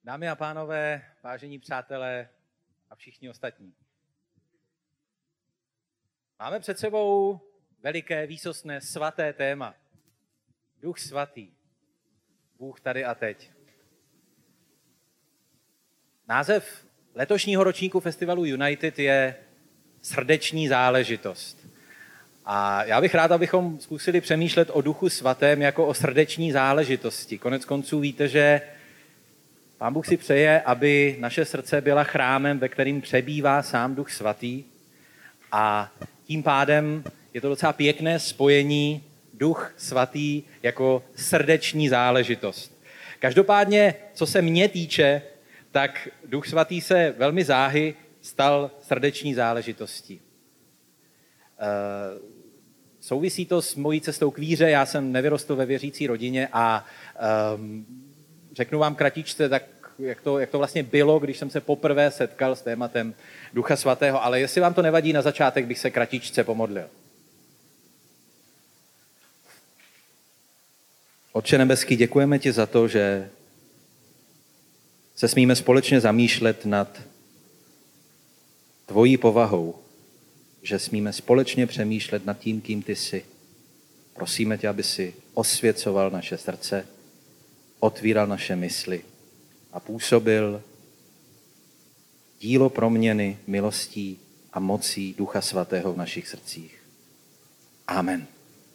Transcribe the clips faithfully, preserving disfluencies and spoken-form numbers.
Dámy a pánové, vážení přátelé a všichni ostatní. Máme před sebou veliké, výsostné, svaté téma. Duch svatý. Bůh tady a teď. Název letošního ročníku festivalu United je Srdeční záležitost. A já bych rád, abychom zkusili přemýšlet o Duchu svatém jako o srdeční záležitosti. Konec konců víte, že Pán Bůh si přeje, aby naše srdce byla chrámem, ve kterým přebývá sám Duch svatý. A tím pádem je to docela pěkné spojení Duch svatý jako srdeční záležitost. Každopádně, co se mě týče, tak Duch svatý se velmi záhy stal srdeční záležitostí. E, souvisí to s mojí cestou k víře, já jsem nevyrostl ve věřící rodině a e, řeknu vám kratičce, tak jak to, jak to vlastně bylo, když jsem se poprvé setkal s tématem Ducha svatého, ale jestli vám to nevadí, na začátek bych se kratičce pomodlil. Otče nebeský, děkujeme ti za to, že se smíme společně zamýšlet nad tvojí povahou, že smíme společně přemýšlet nad tím, kým ty jsi. Prosíme tě, aby si osvěcoval naše srdce, otvíral naše mysli a působil dílo proměny milostí a mocí Ducha svatého v našich srdcích. Amen.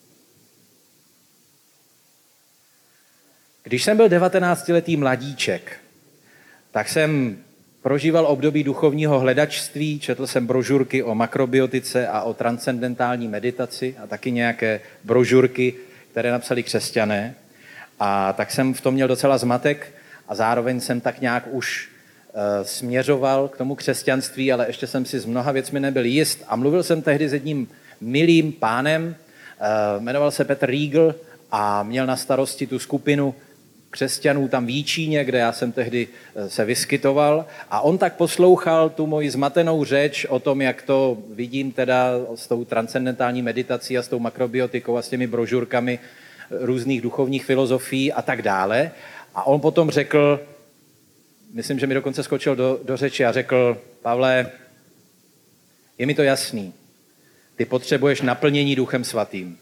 Když jsem byl devatenáctiletý mladíček, tak jsem prožíval období duchovního hledačství, četl jsem brožurky o makrobiotice a o transcendentální meditaci a taky nějaké brožurky, které napsali křesťané. A tak jsem v tom měl docela zmatek a zároveň jsem tak nějak už e, směřoval k tomu křesťanství, ale ještě jsem si s mnoha věcmi nebyl jist. A mluvil jsem tehdy s jedním milým pánem, e, jmenoval se Petr Riegel a měl na starosti tu skupinu křesťanů tam v Jíčíně, kde já jsem tehdy se vyskytoval. A on tak poslouchal tu moji zmatenou řeč o tom, jak to vidím teda s tou transcendentální meditací a s tou makrobiotikou a s těmi brožurkami různých duchovních filozofií a tak dále. A on potom řekl, myslím, že mi dokonce skočil do, do řeči a řekl, Pavle, je mi to jasný, ty potřebuješ naplnění Duchem svatým.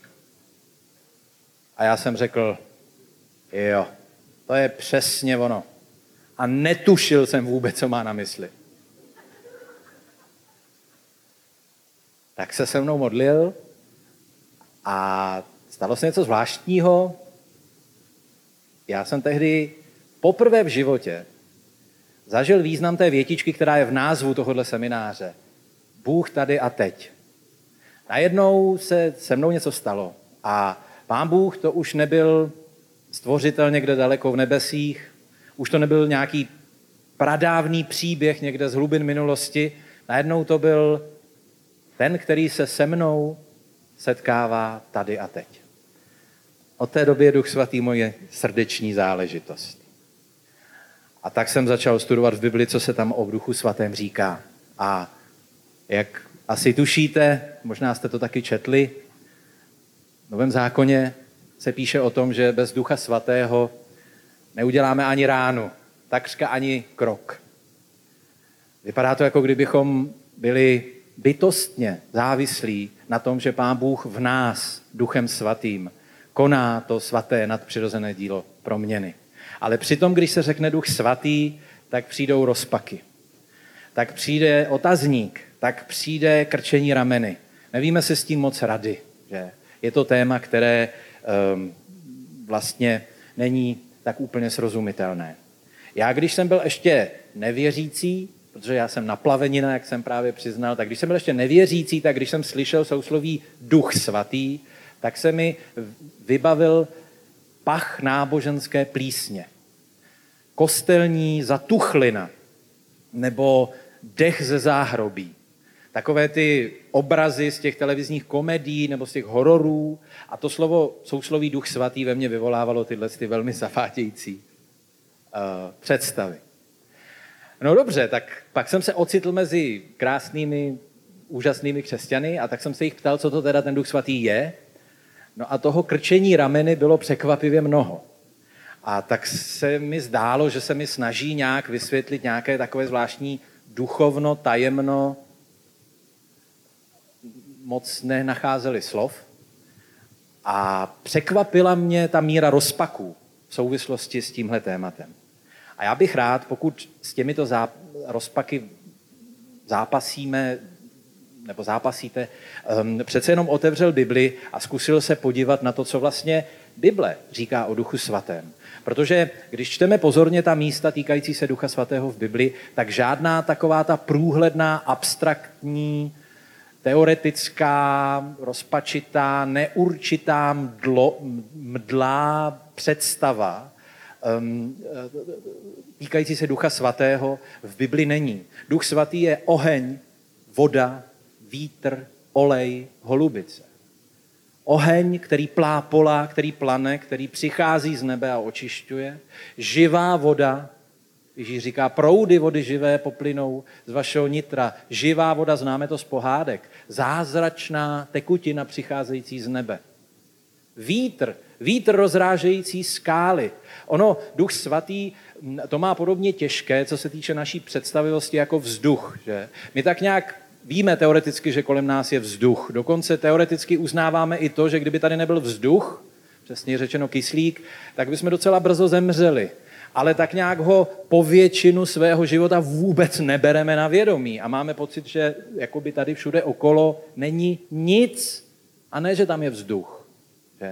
A já jsem řekl, jo, to je přesně ono. A netušil jsem vůbec, co má na mysli. Tak se se mnou modlil a stalo se něco zvláštního. Já jsem tehdy poprvé v životě zažil význam té větičky, která je v názvu tohohle semináře. Bůh tady a teď. Najednou se se mnou něco stalo a Pán Bůh to už nebyl stvořitel někde daleko v nebesích, už to nebyl nějaký pradávný příběh někde z hlubin minulosti, najednou to byl ten, který se se mnou setkává tady a teď. Od té doby je Duch svatý moje srdeční záležitost. A tak jsem začal studovat v Bibli, co se tam o Duchu svatém říká. A jak asi tušíte, možná jste to taky četli, v Novém zákoně se píše o tom, že bez Ducha svatého neuděláme ani ránu, takřka ani krok. Vypadá to, jako kdybychom byli bytostně závislí na tom, že Pán Bůh v nás Duchem svatým koná to svaté nadpřirozené dílo proměny. Ale přitom, když se řekne Duch svatý, tak přijdou rozpaky. Tak přijde otazník, tak přijde krčení rameny. Nevíme si s tím moc rady, že je to téma, které um, vlastně není tak úplně srozumitelné. Já, když jsem byl ještě nevěřící, protože já jsem naplavenina, jak jsem právě přiznal, tak když jsem byl ještě nevěřící, tak když jsem slyšel sousloví Duch svatý, tak se mi vybavil pach náboženské plísně. Kostelní zatuchlina nebo dech ze záhrobí. Takové ty obrazy z těch televizních komedií nebo z těch hororů a to slovo, sousloví Duch svatý ve mně vyvolávalo tyhle ty velmi zavádějící uh, představy. No dobře, tak pak jsem se ocitl mezi krásnými, úžasnými křesťany a tak jsem se jich ptal, co to teda ten Duch svatý je. No a toho krčení rameny bylo překvapivě mnoho. A tak se mi zdálo, že se mi snaží nějak vysvětlit nějaké takové zvláštní duchovno, tajemno, moc nenacházeli slov. A překvapila mě ta míra rozpaků v souvislosti s tímhle tématem. A já bych rád, pokud s těmito záp- rozpaky zápasíme, nebo zápasíte, um, přece jenom otevřel Bibli a zkusil se podívat na to, co vlastně Bible říká o Duchu Svatém. Protože když čteme pozorně ta místa týkající se Ducha Svatého v Bibli, tak žádná taková ta průhledná, abstraktní, teoretická, rozpačitá, neurčitá, mdlo, mdlá představa um, týkající se Ducha Svatého v Bibli není. Duch Svatý je oheň, voda, vítr, olej, holubice. Oheň, který plápolá, který plane, který přichází z nebe a očišťuje. Živá voda, Ježíš říká, proudy vody živé poplynou z vašeho nitra. Živá voda, známe to z pohádek. Zázračná tekutina přicházející z nebe. Vítr, vítr rozrážející skály. Ono, Duch Svatý, to má podobně těžké, co se týče naší představivosti jako vzduch. Že? My tak nějak víme teoreticky, že kolem nás je vzduch. Dokonce teoreticky uznáváme i to, že kdyby tady nebyl vzduch, přesně řečeno kyslík, tak bychom docela brzo zemřeli. Ale tak nějak ho po většinu svého života vůbec nebereme na vědomí. A máme pocit, že jakoby tady všude okolo není nic. A ne, že tam je vzduch. Že?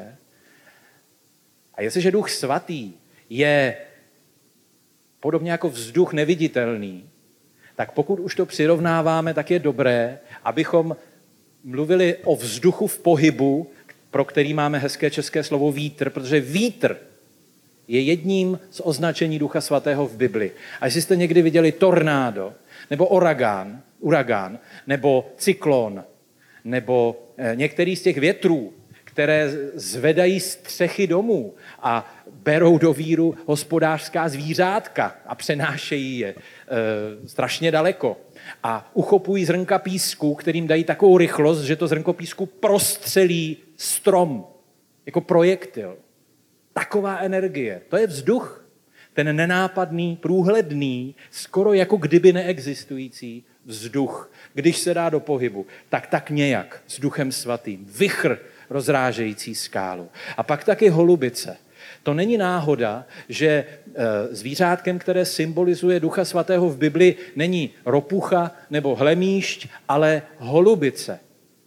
A jestliže Duch Svatý je podobně jako vzduch neviditelný, tak pokud už to přirovnáváme, tak je dobré, abychom mluvili o vzduchu v pohybu, pro který máme hezké české slovo vítr, protože vítr je jedním z označení Ducha Svatého v Bibli. A jestli jste někdy viděli tornádo, nebo uragán, uragán, nebo cyklon, nebo některý z těch větrů, které zvedají střechy domů a berou do víru hospodářská zvířátka a přenášejí je e, strašně daleko. A uchopují zrnka písku, kterým dají takovou rychlost, že to zrnko písku prostřelí strom, jako projektil. Taková energie, to je vzduch. Ten nenápadný, průhledný, skoro jako kdyby neexistující vzduch, když se dá do pohybu, tak tak nějak s Duchem Svatým. Vichr rozrážející skálu. A pak taky holubice. To není náhoda, že zvířátkem, které symbolizuje Ducha Svatého v Bibli, není ropucha nebo hlemýšť, ale holubice.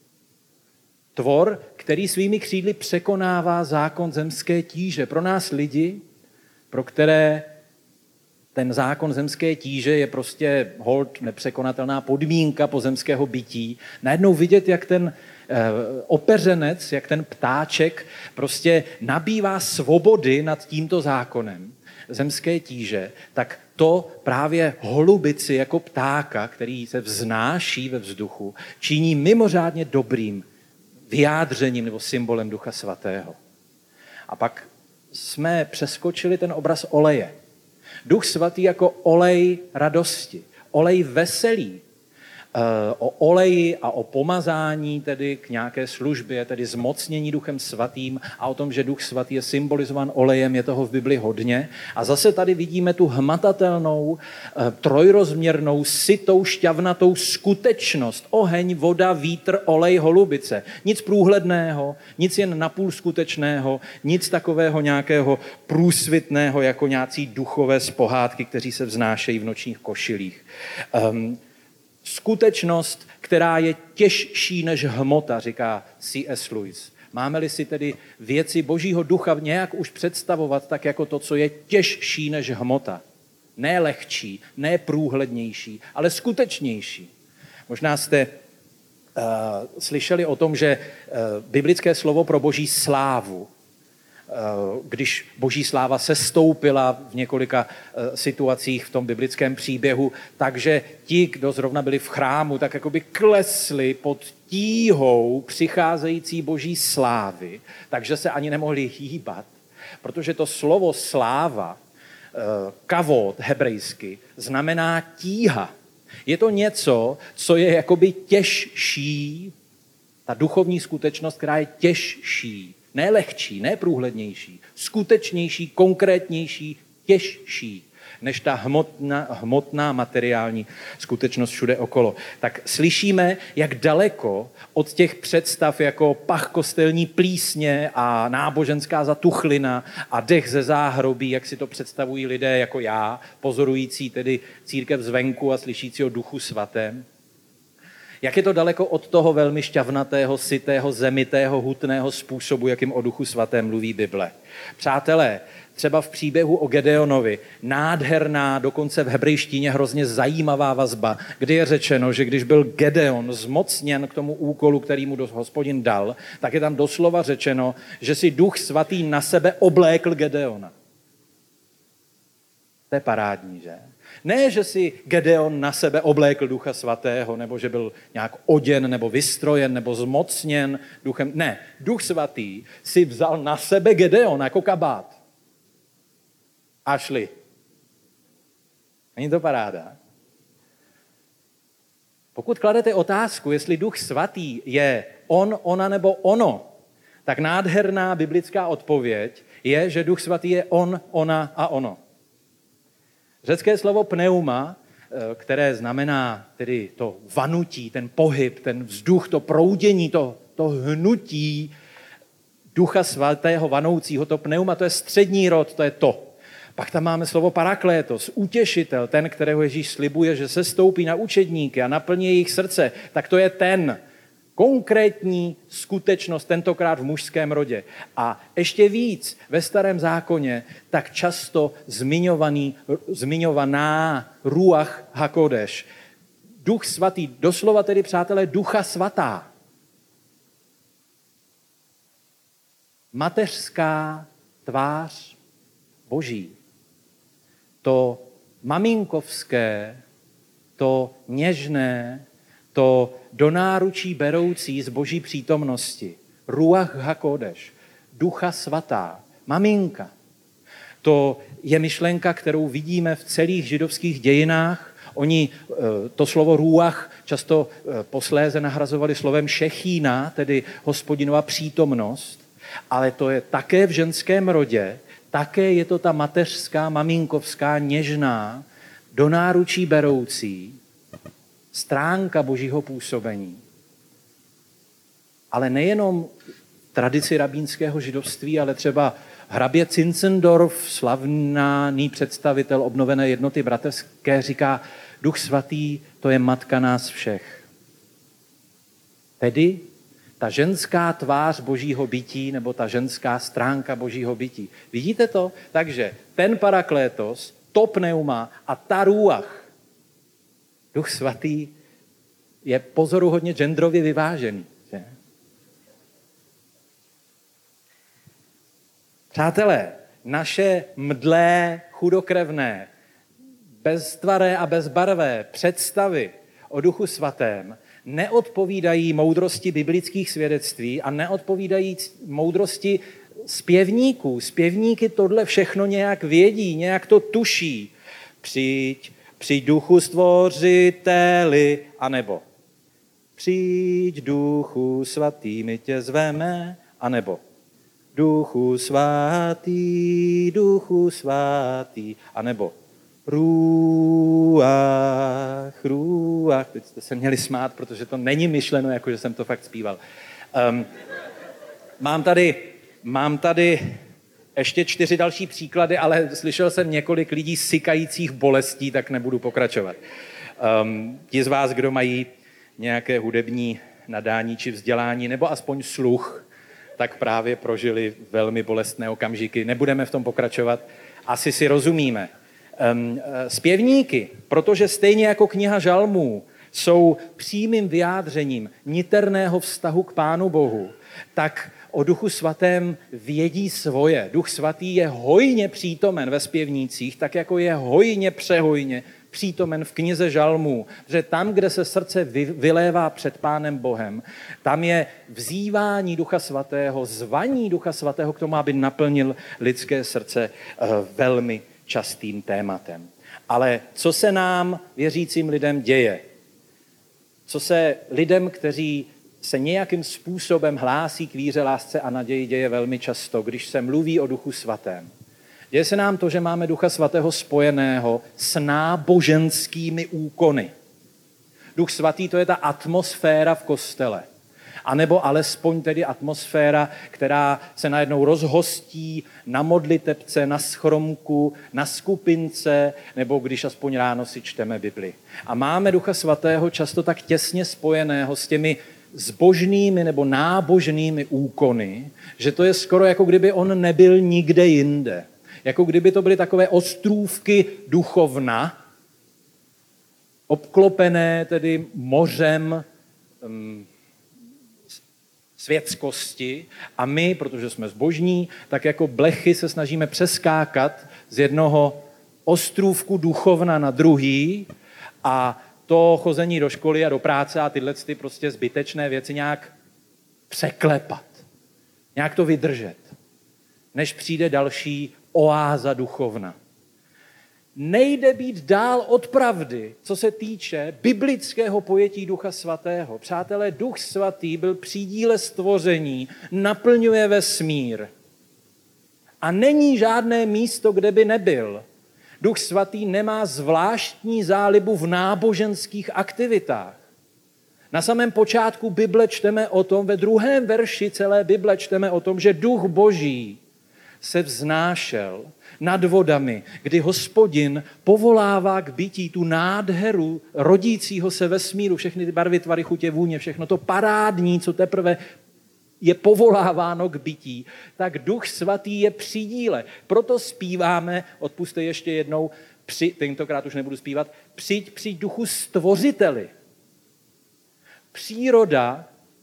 Tvor, který svými křídly překonává zákon zemské tíže. Pro nás lidi, pro které ten zákon zemské tíže je prostě hold nepřekonatelná podmínka pozemského bytí, najednou vidět, jak ten opeřenec, jak ten ptáček prostě nabývá svobody nad tímto zákonem zemské tíže, tak to právě holubici jako ptáka, který se vznáší ve vzduchu, činí mimořádně dobrým vyjádřením nebo symbolem Ducha Svatého. A pak jsme přeskočili ten obraz oleje. Duch Svatý jako olej radosti, olej veselí. O oleji a o pomazání tedy k nějaké službě, tedy zmocnění Duchem Svatým a o tom, že Duch Svatý je symbolizovan olejem, je toho v Bibli hodně. A zase tady vidíme tu hmatatelnou, trojrozměrnou, sytou, šťavnatou skutečnost. Oheň, voda, vítr, olej, holubice. Nic průhledného, nic jen napůl skutečného, nic takového nějakého průsvitného, jako nějací duchové z pohádky, kteří se vznášejí v nočních košilích. Um, Skutečnost, která je těžší než hmota, říká C S Lewis. Máme-li si tedy věci Božího ducha nějak už představovat tak jako to, co je těžší než hmota. Ne lehčí, ne průhlednější, ale skutečnější. Možná jste uh, slyšeli o tom, že uh, biblické slovo pro Boží slávu, když Boží sláva sestoupila v několika situacích v tom biblickém příběhu, takže ti, kdo zrovna byli v chrámu, tak jakoby klesli pod tíhou přicházející Boží slávy, takže se ani nemohli hýbat, protože to slovo sláva, kavod hebrejsky, znamená tíha. Je to něco, co je jakoby těžší, ta duchovní skutečnost, která je těžší Ne lehčí, ne průhlednější, skutečnější, konkrétnější, těžší než ta hmotná, hmotná materiální skutečnost všude okolo. Tak slyšíme, jak daleko od těch představ jako pach kostelní plísně a náboženská zatuchlina a dech ze záhrobí, jak si to představují lidé jako já, pozorující tedy církev zvenku a slyšící o Duchu Svatém. Jak je to daleko od toho velmi šťavnatého, sytého, zemitého, hutného způsobu, jakým o Duchu Svatém mluví Bible. Přátelé, třeba v příběhu o Gedeonovi, nádherná, dokonce v hebrejštině hrozně zajímavá vazba, kdy je řečeno, že když byl Gedeon zmocněn k tomu úkolu, který mu Hospodin dal, tak je tam doslova řečeno, že si Duch Svatý na sebe oblékl Gedeona. To je parádní, že? Ne, že si Gedeon na sebe oblékl Ducha Svatého, nebo že byl nějak oděn, nebo vystrojen, nebo zmocněn duchem. Ne, Duch Svatý si vzal na sebe Gedeona jako kabát. A šli. Není to paráda? Pokud kladete otázku, jestli Duch Svatý je on, ona nebo ono, tak nádherná biblická odpověď je, že Duch Svatý je on, ona a ono. Řecké slovo pneuma, které znamená tedy to vanutí, ten pohyb, ten vzduch, to proudění, to, to hnutí Ducha Svatého vanoucího, to pneuma, to je střední rod, to je to. Pak tam máme slovo paraklétos, utěšitel, ten, kterého Ježíš slibuje, že se stoupí na učedníky a naplní jejich srdce, tak to je ten. Konkrétní skutečnost, tentokrát v mužském rodě. A ještě víc ve Starém zákoně tak často zmiňovaný, zmiňovaná ruach hakodeš. Duch Svatý, doslova tedy, přátelé, Ducha Svatá. Mateřská tvář Boží. To maminkovské, to něžné, to do náručí beroucí z Boží přítomnosti. Ruach hakodeš, Ducha Svatá, maminka. To je myšlenka, kterou vidíme v celých židovských dějinách. Oni to slovo ruach často posléze nahrazovali slovem šechína, tedy Hospodinova přítomnost, ale to je také v ženském rodě, také je to ta mateřská, maminkovská, něžná, do náručí beroucí stránka Božího působení. Ale nejenom tradici rabínského židovství, ale třeba hrabě Zinzendorf, slavný představitel obnovené jednoty bratrské, říká, Duch Svatý, to je matka nás všech. Tedy ta ženská tvář Božího bytí, nebo ta ženská stránka Božího bytí. Vidíte to? Takže ten paraklétos, to pneuma a ta ruach, Duch Svatý, je pozoruhodně genderově vyvážený. Že? Přátelé, naše mdlé, chudokrevné, beztvaré a bezbarvé představy o Duchu Svatém neodpovídají moudrosti biblických svědectví a neodpovídají moudrosti zpěvníků. Zpěvníky tohle všechno nějak vědí, nějak to tuší. Přijď, přijď Duchu Stvořiteli, anebo přijď Duchu Svatý, my tě zveme, anebo Duchu Svatý, Duchu Svatý, anebo Ruach, ruach. Teď jste se měli smát, protože to není myšleno, jako že jsem to fakt zpíval. Um, mám tady, mám tady ještě čtyři další příklady, ale slyšel jsem několik lidí sykajících bolestí, tak nebudu pokračovat. Um, ti z vás, kdo mají nějaké hudební nadání či vzdělání, nebo aspoň sluch, tak právě prožili velmi bolestné okamžiky. Nebudeme v tom pokračovat. Asi si rozumíme. Um, zpěvníky, protože stejně jako kniha žalmů jsou přímým vyjádřením niterného vztahu k Pánu Bohu, tak o Duchu Svatém vědí svoje. Duch Svatý je hojně přítomen ve zpěvnících, tak jako je hojně, přehojně přítomen v knize žalmů. Že tam, kde se srdce vylévá před Pánem Bohem, tam je vzývání Ducha Svatého, zvaní Ducha Svatého k tomu, aby naplnil lidské srdce velmi častým tématem. Ale co se nám, věřícím lidem, děje? Co se lidem, kteří se nějakým způsobem hlásí k víře, lásce a naději, děje velmi často, když se mluví o Duchu Svatém. Děje se nám to, že máme Ducha Svatého spojeného s náboženskými úkony. Duch Svatý, to je ta atmosféra v kostele. A nebo alespoň tedy atmosféra, která se najednou rozhostí na modlitebce, na schromku, na skupince, nebo když aspoň ráno si čteme Bibli. A máme Ducha Svatého často tak těsně spojeného s těmi zbožnými nebo nábožnými úkony, že to je skoro jako kdyby on nebyl nikde jinde. Jako kdyby to byly takové ostrůvky duchovna, obklopené tedy mořem um, světskosti a my, protože jsme zbožní, tak jako blechy se snažíme přeskákat z jednoho ostrůvku duchovna na druhý a to chození do školy a do práce a tyhle ty prostě zbytečné věci nějak překlepat. Nějak to vydržet. Než přijde další oáza duchovna. Nejde být dál od pravdy, co se týče biblického pojetí Ducha Svatého. Přátelé, Duch Svatý byl přídíle stvoření, naplňuje vesmír. A není žádné místo, kde by nebyl. Duch Svatý nemá zvláštní zálibu v náboženských aktivitách. Na samém počátku Bible čteme o tom, ve druhém verši celé Bible čteme o tom, že Duch Boží se vznášel nad vodami, kdy Hospodin povolává k bytí tu nádheru rodícího se vesmíru, všechny ty barvy, tvary, chutě, vůně, všechno to parádní, co teprve je povoláváno k bytí, tak Duch Svatý je při díle. Proto zpíváme, odpuste ještě jednou, při, tentokrát už nebudu zpívat, přijď, přijď Duchu Stvořiteli. Příroda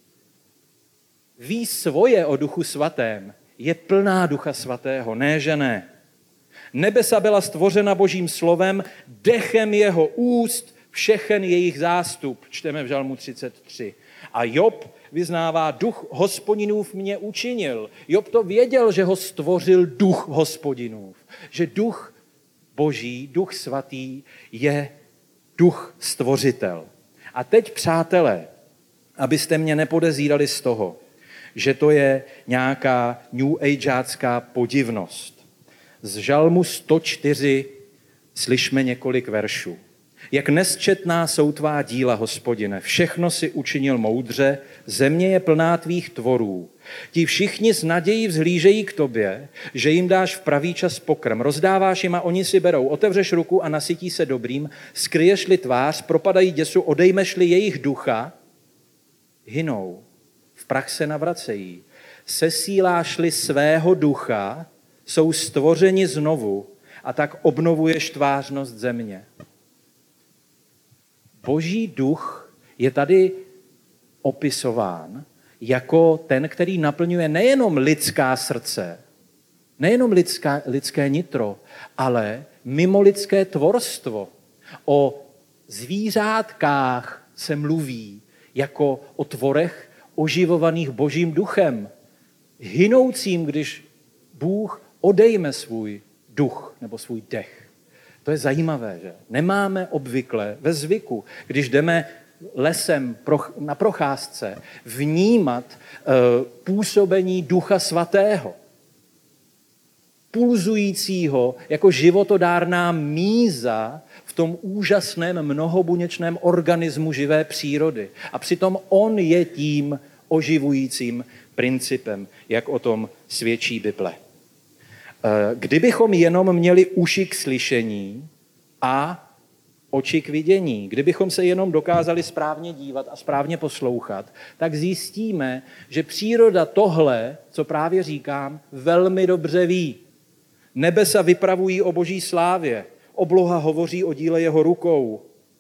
ví svoje o Duchu Svatém, je plná Ducha Svatého, ne že ne. Nebesa byla stvořena Božím slovem, dechem jeho úst, všechen jejich zástup, čteme v Žalmu třicet tři. A Job vyznává, duch Hospodinův mě učinil. Job to věděl, že ho stvořil duch Hospodinův. Že duch Boží, duch svatý je duch stvořitel. A teď, přátelé, abyste mě nepodezírali z toho, že to je nějaká new ageácká podivnost. Z Žalmu sto čtyři slyšme několik veršů. Jak nesčetná jsou tvá díla, Hospodine, všechno si učinil moudře, země je plná tvých tvorů. Ti všichni s nadějí vzhlížejí k tobě, že jim dáš v pravý čas pokrm, rozdáváš jim a oni si berou, otevřeš ruku a nasytí se dobrým, skryješ-li tvář, propadají děsu, odejmeš-li jejich ducha, hynou, v prach se navracejí. Sesíláš-li svého ducha, jsou stvořeni znovu a tak obnovuješ tvářnost země. Boží duch je tady opisován jako ten, který naplňuje nejenom lidská srdce, nejenom lidská, lidské nitro, ale mimolidské tvorstvo. O zvířátkách se mluví jako o tvorech oživovaných Božím duchem, hynoucím, když Bůh odejme svůj duch nebo svůj dech. To je zajímavé, že? Nemáme obvykle ve zvyku, když jdeme lesem na procházce, vnímat uh, působení Ducha Svatého. Pulzujícího jako životodárná míza v tom úžasném mnohobuněčném organismu živé přírody. A přitom on je tím oživujícím principem, jak o tom svědčí Bible. Kdybychom jenom měli uši k slyšení a oči k vidění, kdybychom se jenom dokázali správně dívat a správně poslouchat, tak zjistíme, že příroda tohle, co právě říkám, velmi dobře ví. Nebesa vypravují o Boží slávě, obloha hovoří o díle jeho rukou.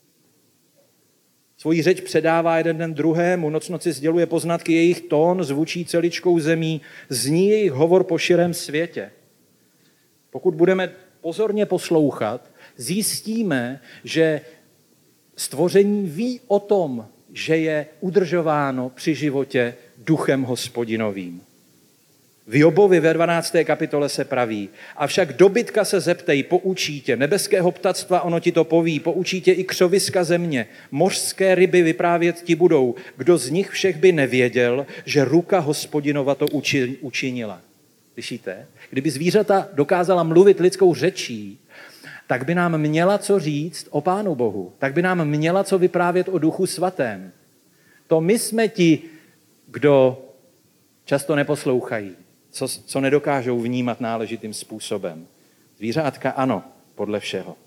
Svoji řeč předává jeden den druhému, noc noci sděluje poznatky, jejich tón zvučí celičkou zemí, zní jejich hovor po širém světě. Pokud budeme pozorně poslouchat, zjistíme, že stvoření ví o tom, že je udržováno při životě duchem Hospodinovým. V Jobovi ve dvanácté kapitole se praví: avšak dobytka se zeptej, poučí tě, nebeského ptactva ono ti to poví, poučí tě i křoviska země, mořské ryby vyprávět ti budou, kdo z nich všech by nevěděl, že ruka Hospodinova to uči, učinila. Slyšíte? Kdyby zvířata dokázala mluvit lidskou řečí, tak by nám měla co říct o Pánu Bohu, tak by nám měla co vyprávět o Duchu Svatém. To my jsme ti, kdo často neposlouchají, co, co nedokážou vnímat náležitým způsobem. Zvířátka ano, podle všeho.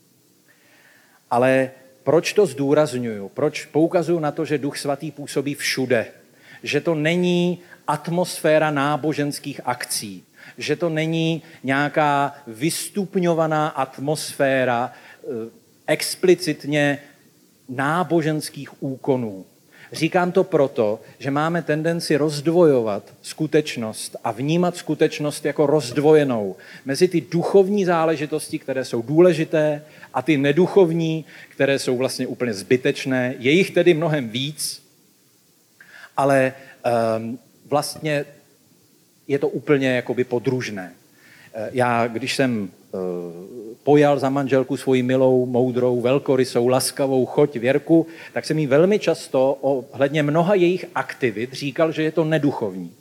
Ale proč to zdůrazňuju? Proč poukazuju na to, že Duch Svatý působí všude? Že to není atmosféra náboženských akcí, že to není nějaká vystupňovaná atmosféra explicitně náboženských úkonů. Říkám to proto, že máme tendenci rozdvojovat skutečnost a vnímat skutečnost jako rozdvojenou mezi ty duchovní záležitosti, které jsou důležité, a ty neduchovní, které jsou vlastně úplně zbytečné. Je jich tedy mnohem víc, ale um, vlastně je to úplně jakoby podružné. Já, když jsem uh, pojal za manželku svoji milou, moudrou, velkorysou, laskavou choť Věrku, tak jsem jí velmi často ohledně mnoha jejich aktivit říkal, že je to neduchovní.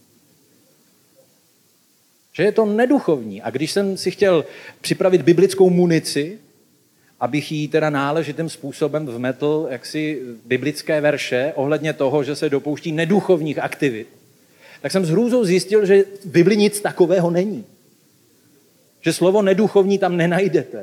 Že je to neduchovní. A když jsem si chtěl připravit biblickou munici, abych jí teda náležitým způsobem vmetl jaksi biblické verše ohledně toho, že se dopouští neduchovních aktivit, tak jsem s hrůzou zjistil, že v Bibli nic takového není. Že slovo neduchovní tam nenajdete.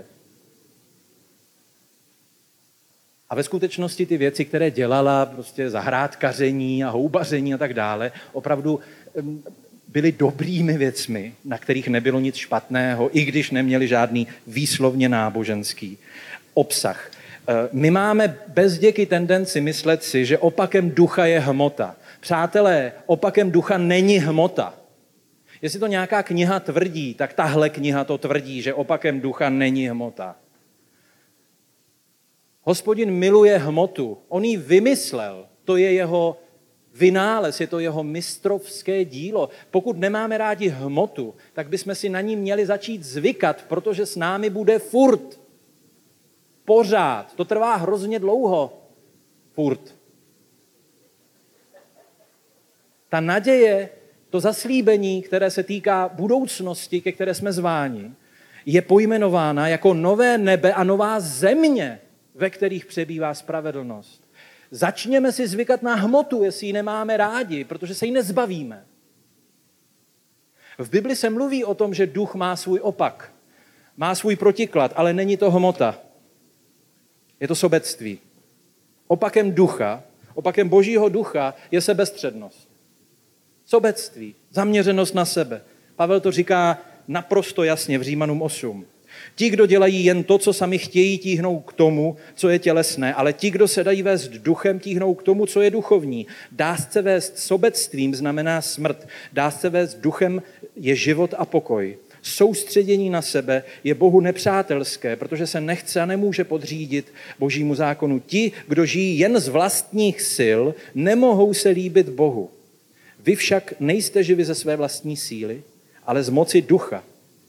A ve skutečnosti ty věci, které dělala, prostě zahrádkaření a houbaření a tak dále, opravdu byly dobrými věcmi, na kterých nebylo nic špatného, i když neměli žádný výslovně náboženský obsah. My máme bezděky tendenci myslet si, že opakem ducha je hmota. Přátelé, opakem ducha není hmota. Jestli to nějaká kniha tvrdí, tak tahle kniha to tvrdí, že opakem ducha není hmota. Hospodin miluje hmotu. On ji vymyslel. To je jeho vynález, je to jeho mistrovské dílo. Pokud nemáme rádi hmotu, tak bychom si na ní měli začít zvykat, protože s námi bude furt. Pořád. To trvá hrozně dlouho. Furt. Ta naděje, to zaslíbení, které se týká budoucnosti, ke které jsme zváni, je pojmenována jako nové nebe a nová země, ve kterých přebývá spravedlnost. Začněme si zvykat na hmotu, jestli ji nemáme rádi, protože se ji nezbavíme. V Bibli se mluví o tom, že duch má svůj opak, má svůj protiklad, ale není to hmota. Je to sobectví. Opakem ducha, opakem Božího ducha je sebestřednost. Sobectví, zaměřenost na sebe. Pavel to říká naprosto jasně v Římanům osm. Ti, kdo dělají jen to, co sami chtějí, tíhnou k tomu, co je tělesné, ale ti, kdo se dají vést duchem, tíhnou k tomu, co je duchovní. Dá se vést sobectvím znamená smrt, dá se vést duchem je život a pokoj. Soustředění na sebe je Bohu nepřátelské, protože se nechce a nemůže podřídit Božímu zákonu. Ti, kdo žijí jen z vlastních sil, nemohou se líbit Bohu. Vy však nejste živi ze své vlastní síly, ale z moci ducha.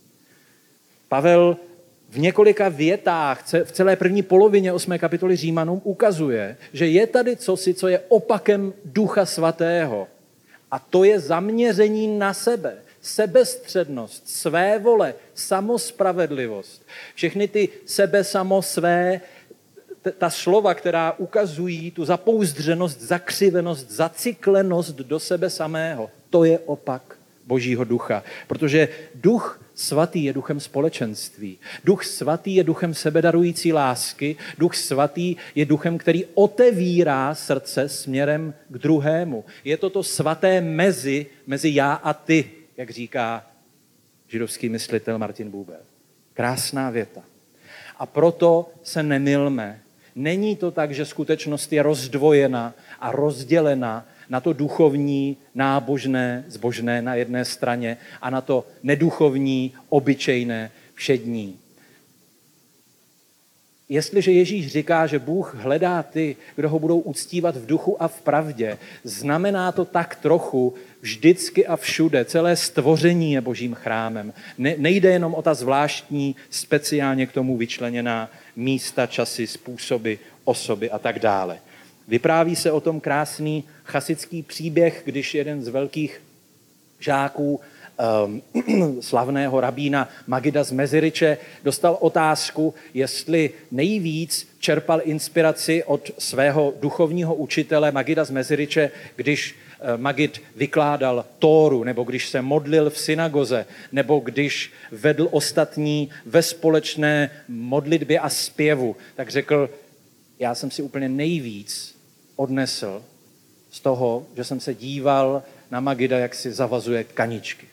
Pavel v několika větách v celé první polovině osmé kapitoly Římanům ukazuje, že je tady cosi, co je opakem Ducha Svatého. A to je zaměření na sebe, sebestřednost, své vole, samospravedlivost. Všechny ty sebe, samo, své, ta slova, která ukazují tu zapouzdřenost, zakřivenost, zacyklenost do sebe samého, to je opak Božího ducha. Protože Duch Svatý je duchem společenství. Duch Svatý je duchem sebedarující lásky. Duch Svatý je duchem, který otevírá srdce směrem k druhému. Je to to svaté mezi, mezi já a ty, jak říká židovský myslitel Martin Buber. Krásná věta. A proto se nemylme. Není to tak, že skutečnost je rozdvojena a rozdělena na to duchovní, nábožné, zbožné na jedné straně a na to neduchovní, obyčejné, všední. Jestliže Ježíš říká, že Bůh hledá ty, kdo ho budou uctívat v duchu a v pravdě, znamená to tak trochu vždycky a všude. Celé stvoření je Božím chrámem. Ne, nejde jenom o ta zvláštní, speciálně k tomu vyčleněná místa, časy, způsoby, osoby a tak dále. Vypráví se o tom krásný chasický příběh, když jeden z velkých žáků um, slavného rabína Magida z Meziriče dostal otázku, jestli nejvíc čerpal inspiraci od svého duchovního učitele Magida z Meziriče, když Magid vykládal Tóru, nebo když se modlil v synagoze, nebo když vedl ostatní ve společné modlitbě a zpěvu, tak řekl, já jsem si úplně nejvíc odnesl z toho, že jsem se díval na Magida, jak si zavazuje tkaničky.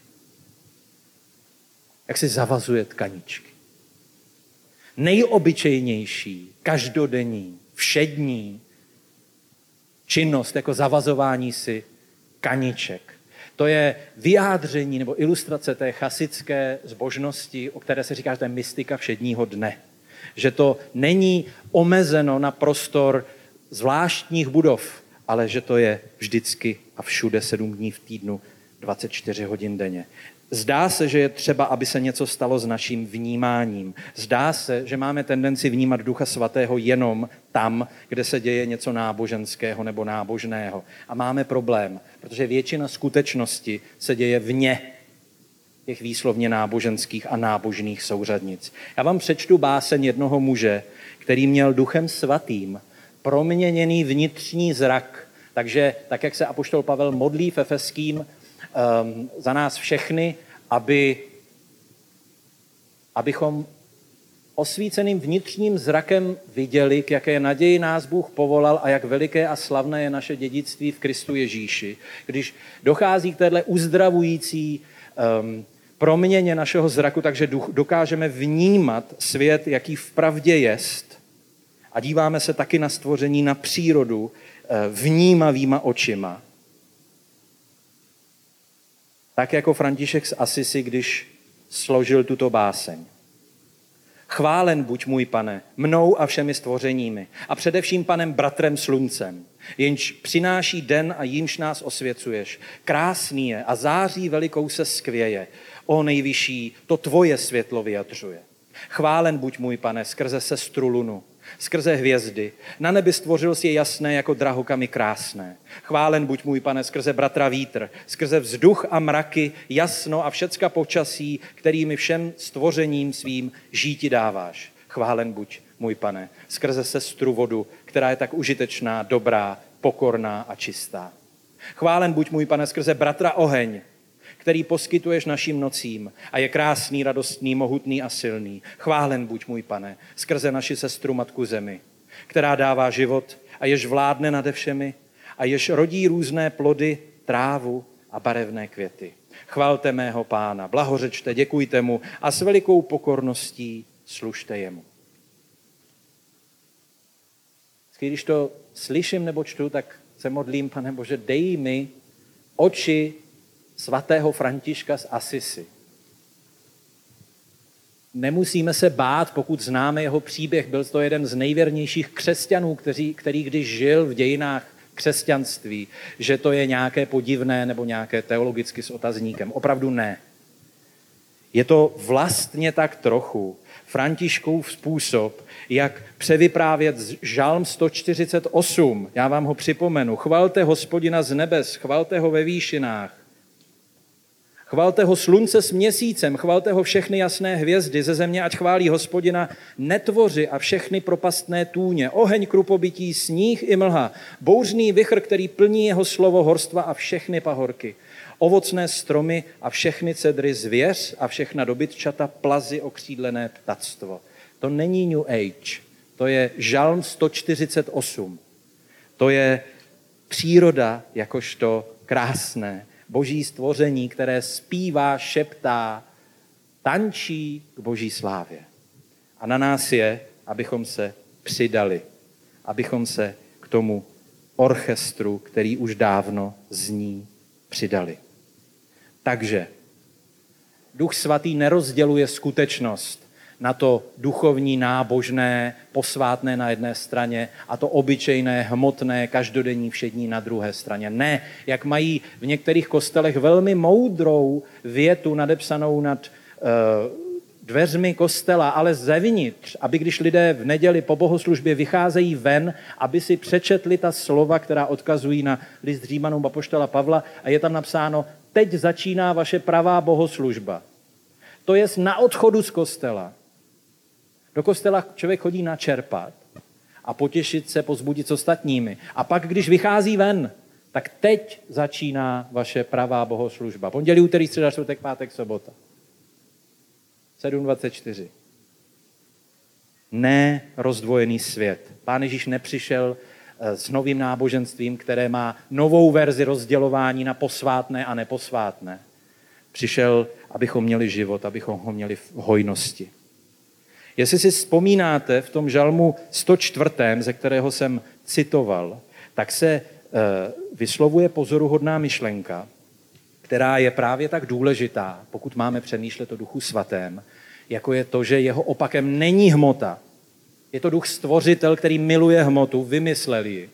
Jak si zavazuje tkaničky. Nejobyčejnější, každodenní, všední činnost jako zavazování si kaniček. To je vyjádření nebo ilustrace té chasické zbožnosti, o které se říká, že to je mystika všedního dne. Že to není omezeno na prostor zvláštních budov, ale že to je vždycky a všude sedm dní v týdnu, dvacet čtyři hodin denně. Zdá se, že je třeba, aby se něco stalo s naším vnímáním. Zdá se, že máme tendenci vnímat Ducha Svatého jenom tam, kde se děje něco náboženského nebo nábožného. A máme problém, protože většina skutečnosti se děje vně těch výslovně náboženských a nábožných souřadnic. Já vám přečtu báseň jednoho muže, který měl Duchem Svatým proměněný vnitřní zrak. Takže tak, jak se apoštol Pavel modlí v Efeským um, za nás všechny, aby, abychom osvíceným vnitřním zrakem viděli, k jaké naději nás Bůh povolal a jak veliké a slavné je naše dědictví v Kristu Ježíši. Když dochází k téhle uzdravující um, proměně našeho zraku, takže dokážeme vnímat svět, jaký v pravdě jest, a díváme se taky na stvoření, na přírodu vnímavýma očima. Tak jako František z Asisi, když složil tuto báseň. Chválen buď můj Pane, mnou a všemi stvořeními a především Panem bratrem sluncem, jenž přináší den a jímž nás osvěcuješ. Krásný je a září velikou se skvěje. O nejvyšší, to tvoje světlo vyjadřuje. Chválen buď můj Pane skrze sestru lunu, skrze hvězdy. Na nebi stvořil si je jasné jako drahokamy krásné. Chválen buď můj Pane skrze bratra vítr, skrze vzduch a mraky, jasno a všecka počasí, kterými všem stvořením svým žíti dáváš. Chválen buď můj Pane skrze sestru vodu, která je tak užitečná, dobrá, pokorná a čistá. Chválen buď můj Pane skrze bratra oheň, který poskytuješ našim nocím a je krásný, radostný, mohutný a silný. Chválen buď můj Pane skrze naši sestru Matku Zemi, která dává život a jež vládne nade všemi a jež rodí různé plody, trávu a barevné květy. Chvalte mého Pána, blahořečte, děkujte mu a s velikou pokorností služte jemu. Když to slyším nebo čtu, tak se modlím, Pane Bože, dej mi oči svatého Františka z Asisi. Nemusíme se bát, pokud známe jeho příběh. Byl to jeden z nejvěrnějších křesťanů, který, který když žil v dějinách křesťanství, že to je nějaké podivné nebo nějaké teologicky s otazníkem. Opravdu ne. Je to vlastně tak trochu Františkův způsob, jak převyprávět žalm sto čtyřicet osm. Já vám ho připomenu. Chvalte Hospodina z nebes, chvalte ho ve výšinách. Chvalte ho slunce s měsícem, chvalte ho všechny jasné hvězdy ze země, ať chválí Hospodina netvoři a všechny propastné tůně, oheň krupobytí, sníh i mlha, bouřný vichr, který plní jeho slovo, horstva a všechny pahorky, ovocné stromy a všechny cedry, zvěř a všechna dobytčata, plazy, okřídlené ptactvo. To není New Age, to je žalm sto čtyřicet osm. To je příroda jakožto krásné boží stvoření, které zpívá, šeptá, tančí k boží slávě. A na nás je, abychom se přidali, abychom se k tomu orchestru, který už dávno zní, přidali. Takže Duch Svatý nerozděluje skutečnost na to duchovní, nábožné, posvátné na jedné straně a to obyčejné, hmotné, každodenní, všední na druhé straně. Ne, jak mají v některých kostelech velmi moudrou větu nadepsanou nad uh, dveřmi kostela, ale zevnitř, aby když lidé v neděli po bohoslužbě vycházejí ven, aby si přečetli ta slova, která odkazují na list Římanům apoštola Pavla a je tam napsáno, teď začíná vaše pravá bohoslužba. To je na odchodu z kostela. Do kostela člověk chodí načerpat a potěšit se, pozbudit s ostatními. A pak, když vychází ven, tak teď začíná vaše pravá bohoslužba. Pondělí, úterý, středa, čtvrtek, pátek, sobota. sedm dvacet čtyři. Ne rozdvojený svět. Pán Ježíš nepřišel s novým náboženstvím, které má novou verzi rozdělování na posvátné a neposvátné. Přišel, abychom měli život, abychom ho měli v hojnosti. Jestli si vzpomínáte v tom žalmu sto čtyři, ze kterého jsem citoval, tak se vyslovuje pozoruhodná myšlenka, která je právě tak důležitá, pokud máme přemýšlet o Duchu Svatém, jako je to, že jeho opakem není hmota. Je to Duch Stvořitel, který miluje hmotu, vymyslel ji.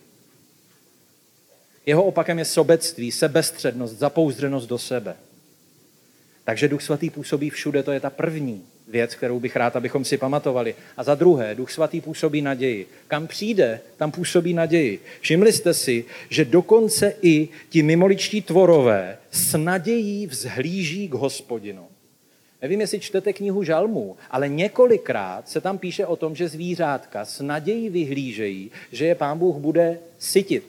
Jeho opakem je sobectví, sebestřednost, zapouzdřenost do sebe. Takže Duch Svatý působí všude, to je ta první věc, kterou bych rád, abychom si pamatovali. A za druhé, Duch Svatý působí naději. Kam přijde, tam působí naději. Všimli jste si, že dokonce i ti mimoličtí tvorové s nadějí vzhlíží k Hospodinu. Nevím, jestli čtete knihu Žalmů, ale několikrát se tam píše o tom, že zvířátka s nadějí vyhlížejí, že je Pán Bůh bude sytit.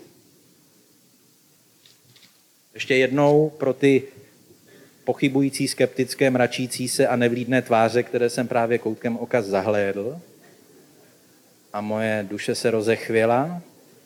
Ještě jednou pro ty pochybující, skeptické, mračící se a nevlídné tváře, které jsem právě koutkem oka zahlédl. A moje duše se rozechvěla.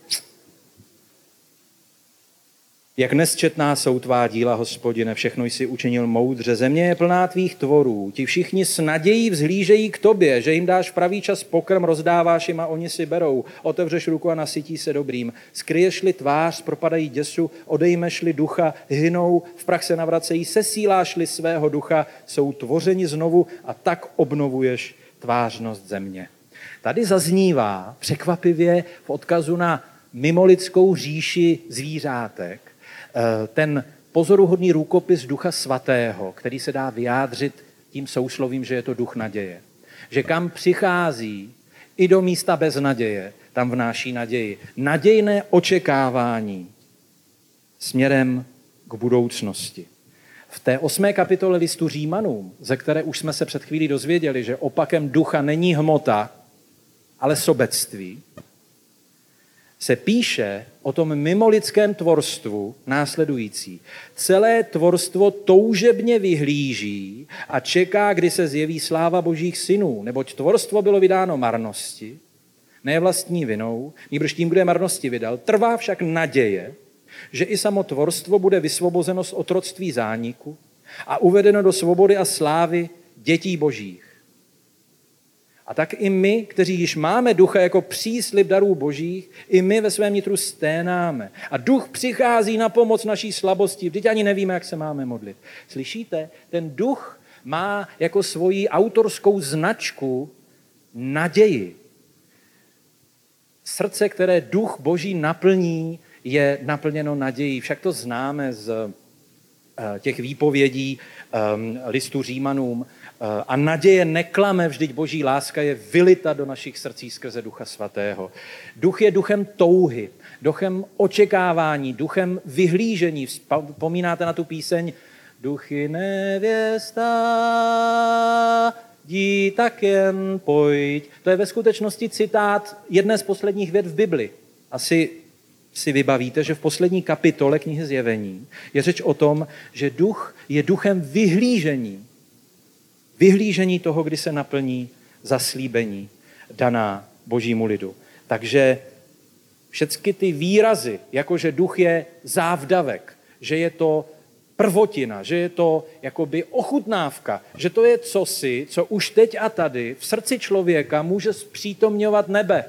Jak nesčetná jsou tvá díla, Hospodine, všechno jsi učinil moudře. Země je plná tvých tvorů. Ti všichni s nadějí vzhlížejí k tobě, že jim dáš v pravý čas pokrm, rozdáváš jim a oni si berou. Otevřeš ruku a nasytí se dobrým. Skryješ-li tvář, propadají děsu, odejmeš-li ducha, hynou, v prach se navracejí, sesíláš-li svého ducha, jsou tvořeni znovu a tak obnovuješ tvářnost země. Tady zaznívá překvapivě v odkazu na mimolidskou říši zvířátek ten pozoruhodný rukopis Ducha Svatého, který se dá vyjádřit tím souslovím, že je to duch naděje. Že kam přichází i do místa bez naděje, tam vnáší naději. Nadějné očekávání směrem k budoucnosti. V té osmé kapitole listu Římanům, ze které už jsme se před chvílí dozvěděli, že opakem ducha není hmota, ale sobectví, se píše o tom mimolidském tvorstvu následující. Celé tvorstvo toužebně vyhlíží a čeká, kdy se zjeví sláva božích synů, neboť tvorstvo bylo vydáno marnosti, ne vlastní vinou, nýbrž tím, kdo je marnosti vydal. Trvá však naděje, že i samo tvorstvo bude vysvobozeno z otroctví zániku a uvedeno do svobody a slávy dětí božích. A tak i my, kteří již máme ducha jako příslib darů božích, i my ve svém nitru sténáme. A duch přichází na pomoc naší slabosti. Vždyť ani nevíme, jak se máme modlit. Slyšíte? Ten duch má jako svoji autorskou značku naději. Srdce, které duch boží naplní, je naplněno nadějí. Však to známe z těch výpovědí listu Římanům. A naděje neklame, vždyť boží láska je vylita do našich srdcí skrze Ducha Svatého. Duch je duchem touhy, duchem očekávání, duchem vyhlížení. Vzpomínáte na tu píseň Duchy nevěsta, jdi tak jen pojď. To je ve skutečnosti citát jedné z posledních vět v Bibli. Asi si vybavíte, že v poslední kapitole knihy Zjevení je řeč o tom, že duch je duchem vyhlížení. Vyhlížení toho, kdy se naplní zaslíbení daná božímu lidu. Takže všechny ty výrazy, jakože duch je závdavek, že je to prvotina, že je to jakoby ochutnávka, že to je cosi, co už teď a tady v srdci člověka může zpřítomňovat nebe.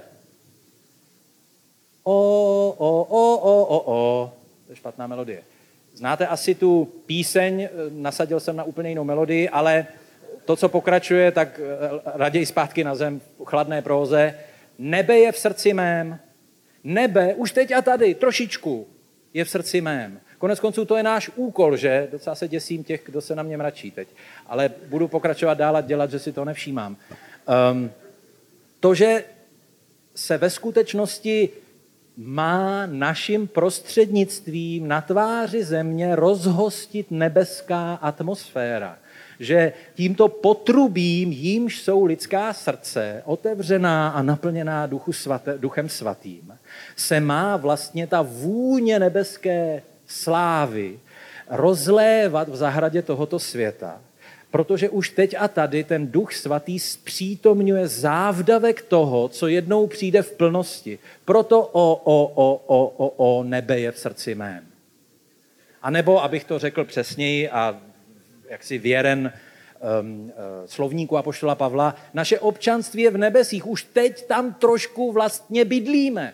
O, o, o, o, o, o. To je špatná melodie. Znáte asi tu píseň, nasadil jsem na úplně jinou melodii, ale to, co pokračuje, tak raději zpátky na zem v chladné próze. Nebe je v srdci mém. Nebe, už teď a tady, trošičku, je v srdci mém. Konec konců to je náš úkol, že? Docela se děsím těch, kdo se na mě mračí teď. Ale budu pokračovat dál a dělat, že si to nevšímám. Um, to, že se ve skutečnosti má naším prostřednictvím na tváři země rozhostit nebeská atmosféra. Že tímto potrubím, jímž jsou lidská srdce, otevřená a naplněná duchu svaté, duchem svatým, se má vlastně ta vůně nebeské slávy rozlévat v zahradě tohoto světa, protože už teď a tady ten duch svatý zpřítomňuje závdavek toho, co jednou přijde v plnosti. Proto o, o, o, o, o, o nebe je v srdci mém. A nebo, abych to řekl přesněji a jaksi věren um, uh, slovníku apoštola Pavla, naše občanství je v nebesích, už teď tam trošku vlastně bydlíme.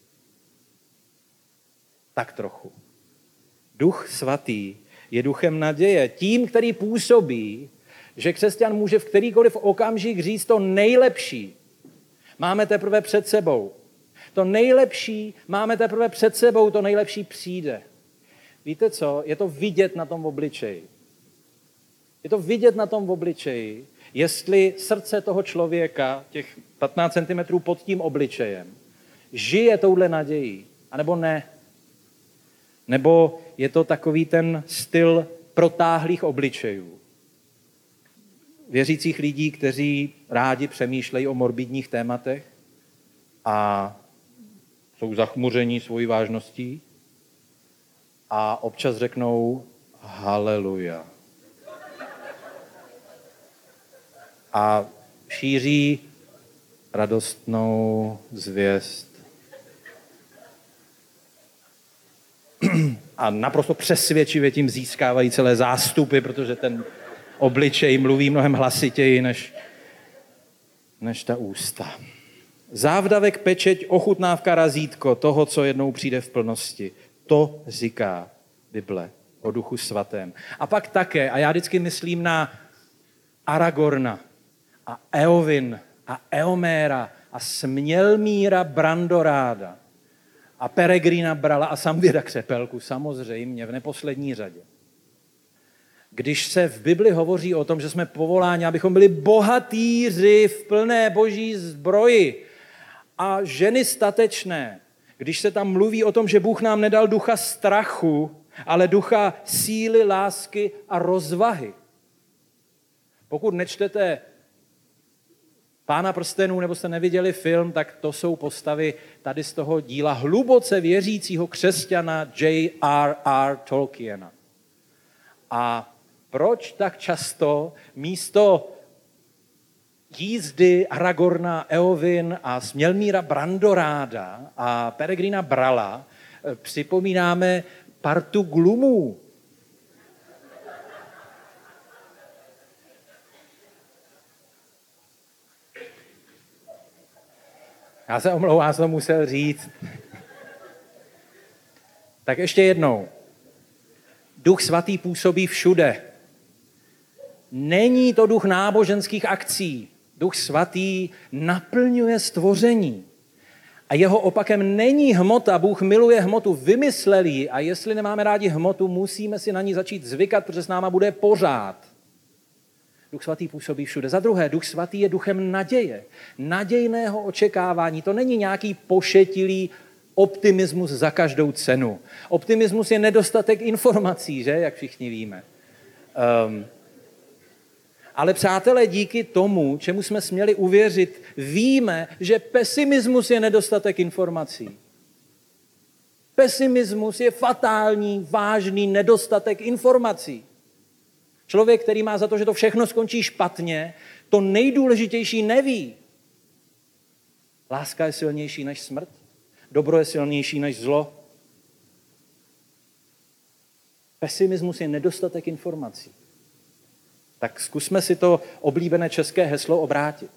Tak trochu. Duch svatý je duchem naděje, tím, který působí, že křesťan může v kterýkoliv okamžik říct to nejlepší. Máme teprve před sebou. To nejlepší máme teprve před sebou, to nejlepší přijde. Víte co? Je to vidět na tom obličeji. Je to vidět na tom obličeji, jestli srdce toho člověka, těch patnáct centimetrů pod tím obličejem, žije touhle nadějí, anebo ne. Nebo je to takový ten styl protáhlých obličejů. Věřících lidí, kteří rádi přemýšlejí o morbidních tématech a jsou zachmuření svojí vážností a občas řeknou haleluja. A šíří radostnou zvěst. A naprosto přesvědčivě tím získávají celé zástupy, protože ten obličej mluví mnohem hlasitěji než, než ta ústa. Závdavek, pečeť, ochutnávka, razítko toho, co jednou přijde v plnosti. To říká Bible o Duchu svatém. A pak také, a já vždycky myslím na Aragorna a Eowyn a Eoméra a Smělmíra Brandoráda a Peregrina Brala a Samvěda Křepelku, samozřejmě v neposlední řadě. Když se v Bibli hovoří o tom, že jsme povoláni, abychom byli bohatýři v plné boží zbroji a ženy statečné, když se tam mluví o tom, že Bůh nám nedal ducha strachu, ale ducha síly, lásky a rozvahy. Pokud nečtete Pána prstenů, nebo jste neviděli film, tak to jsou postavy tady z toho díla hluboce věřícího křesťana J R R Tolkiena. A proč tak často místo jízdy Aragorna, Eowyn a Smělmíra Brandoráda a Peregrina Brala připomínáme partu glumů? Já se omlouvám, já jsem to musel říct. Tak ještě jednou. Duch svatý působí všude. Není to duch náboženských akcí. Duch svatý naplňuje stvoření. A jeho opakem není hmota. Bůh miluje hmotu, vymyslel ji. A jestli nemáme rádi hmotu, musíme si na ní začít zvykat, protože s náma bude pořád. Duch svatý působí všude. Za druhé, Duch svatý je duchem naděje. Nadějného očekávání. To není nějaký pošetilý optimismus za každou cenu. Optimismus je nedostatek informací, že? Jak všichni víme. Um, ale přátelé, díky tomu, čemu jsme směli uvěřit, víme, že pesimismus je nedostatek informací. Pesimismus je fatální, vážný nedostatek informací. Člověk, který má za to, že to všechno skončí špatně, to nejdůležitější neví. Láska je silnější než smrt. Dobro je silnější než zlo. Pesimismus je nedostatek informací. Tak zkusme si to oblíbené české heslo obrátit.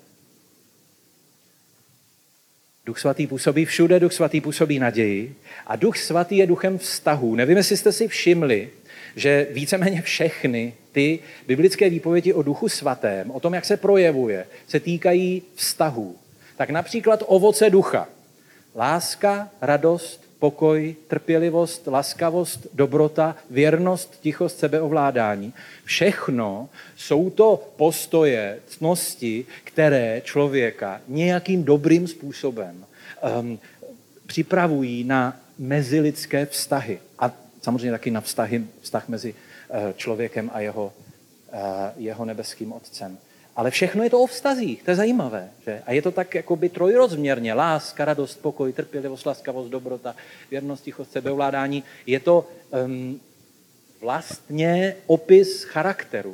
Duch svatý působí všude, Duch svatý působí naději a Duch svatý je duchem vztahů. Nevím, jestli jste si všimli, že víceméně všechny ty biblické výpovědi o Duchu Svatém, o tom, jak se projevuje, se týkají vztahů. Tak například ovoce ducha. Láska, radost, pokoj, trpělivost, laskavost, dobrota, věrnost, tichost, sebeovládání. Všechno jsou to postoje, ctnosti, které člověka nějakým dobrým způsobem um, připravují na mezilidské vztahy. A samozřejmě taky na vztahy, vztah mezi uh, člověkem a jeho, uh, jeho nebeským otcem. Ale všechno je to o vztazích, to je zajímavé. Že? A je to tak jakoby trojrozměrně. Láska, radost, pokoj, trpělivost, laskavost, dobrota, věrnost, tichost, sebeovládání. Je to um, vlastně opis charakteru.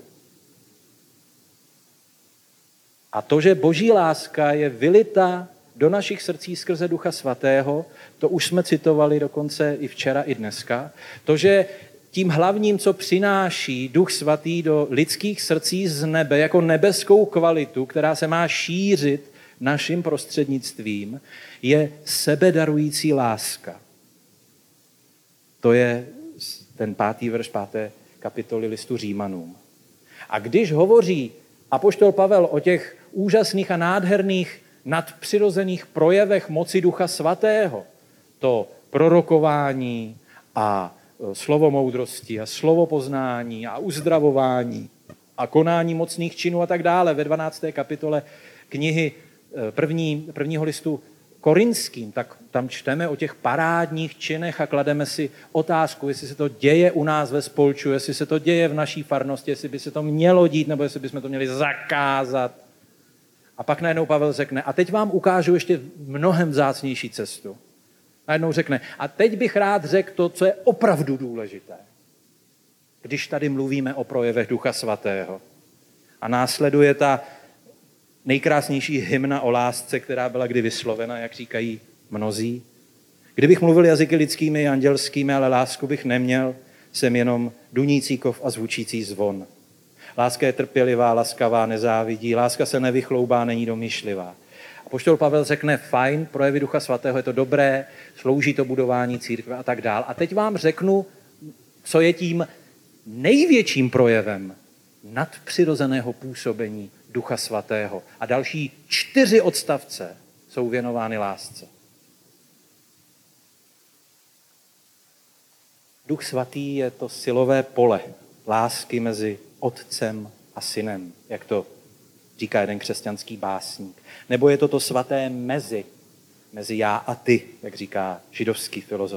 A to, že boží láska je vylita do našich srdcí skrze Ducha Svatého, to už jsme citovali dokonce i včera, i dneska. To, že tím hlavním, co přináší Duch Svatý do lidských srdcí z nebe, jako nebeskou kvalitu, která se má šířit naším prostřednictvím, je sebedarující láska. To je ten pátý verš páté kapitoly listu Římanům. A když hovoří apoštol Pavel o těch úžasných a nádherných nadpřirozených projevech moci Ducha Svatého, to prorokování a slovo moudrosti a slovo poznání a uzdravování a konání mocných činů a tak dále ve dvanácté kapitole knihy první, prvního listu Korinským, tak tam čteme o těch parádních činech a klademe si otázku, jestli se to děje u nás ve spolču, jestli se to děje v naší farnosti, jestli by se to mělo dít, nebo jestli bychom to měli zakázat. A pak najednou Pavel řekne, a teď vám ukážu ještě mnohem vzácnější cestu. Najednou řekne, a teď bych rád řekl to, co je opravdu důležité, když tady mluvíme o projevech Ducha Svatého. A následuje ta nejkrásnější hymna o lásce, která byla kdy vyslovena, jak říkají mnozí. Kdybych mluvil jazyky lidskými i andělskými, ale lásku bych neměl, jsem jenom dunící kov a zvučící zvon. Láska je trpělivá, laskavá, nezávidí, láska se nevychloubá, není domýšlivá. Apoštol Pavel řekne, fajn, projevy Ducha Svatého, je to dobré, slouží to budování církve a tak dál. A teď vám řeknu, co je tím největším projevem nadpřirozeného působení Ducha Svatého. A další čtyři odstavce jsou věnovány lásce. Duch Svatý je to silové pole lásky mezi otcem a synem, jak to říká jeden křesťanský básník. Nebo je to to svaté mezi, mezi já a ty, jak říká židovský filozof.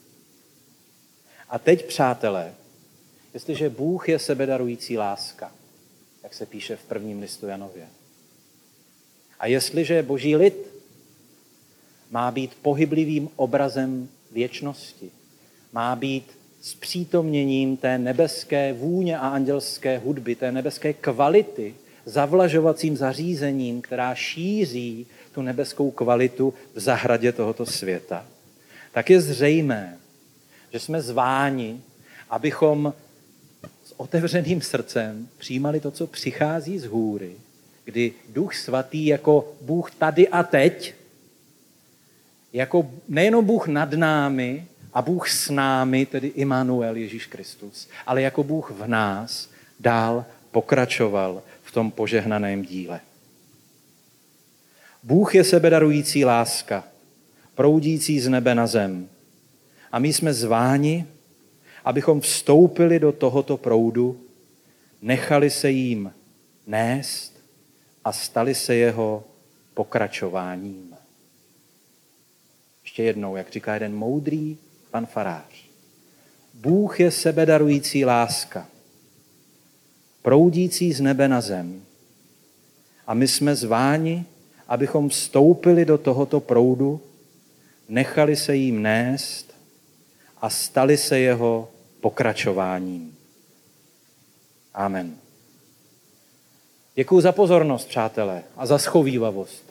A teď, přátelé, jestliže Bůh je sebedarující láska, jak se píše v prvním listu Janově, a jestliže boží lid má být pohyblivým obrazem věčnosti, má být zpřítomněním té nebeské vůně a andělské hudby, té nebeské kvality, zavlažovacím zařízením, která šíří tu nebeskou kvalitu v zahradě tohoto světa, tak je zřejmé, že jsme zváni, abychom s otevřeným srdcem přijímali to, co přichází z hůry, kdy Duch Svatý jako Bůh tady a teď, jako nejenom Bůh nad námi a Bůh s námi, tedy Immanuel Ježíš Kristus, ale jako Bůh v nás dál pokračoval v tom požehnaném díle. Bůh je sebedarující láska, proudící z nebe na zem. A my jsme zváni, abychom vstoupili do tohoto proudu, nechali se jím nést a stali se jeho pokračováním. Ještě jednou, jak říká jeden moudrý pan farář. Bůh je sebedarující láska, proudící z nebe na zem. A my jsme zváni, abychom vstoupili do tohoto proudu, nechali se jím nést a stali se jeho pokračováním. Amen. Děkuji za pozornost, přátelé, a za schovívavost.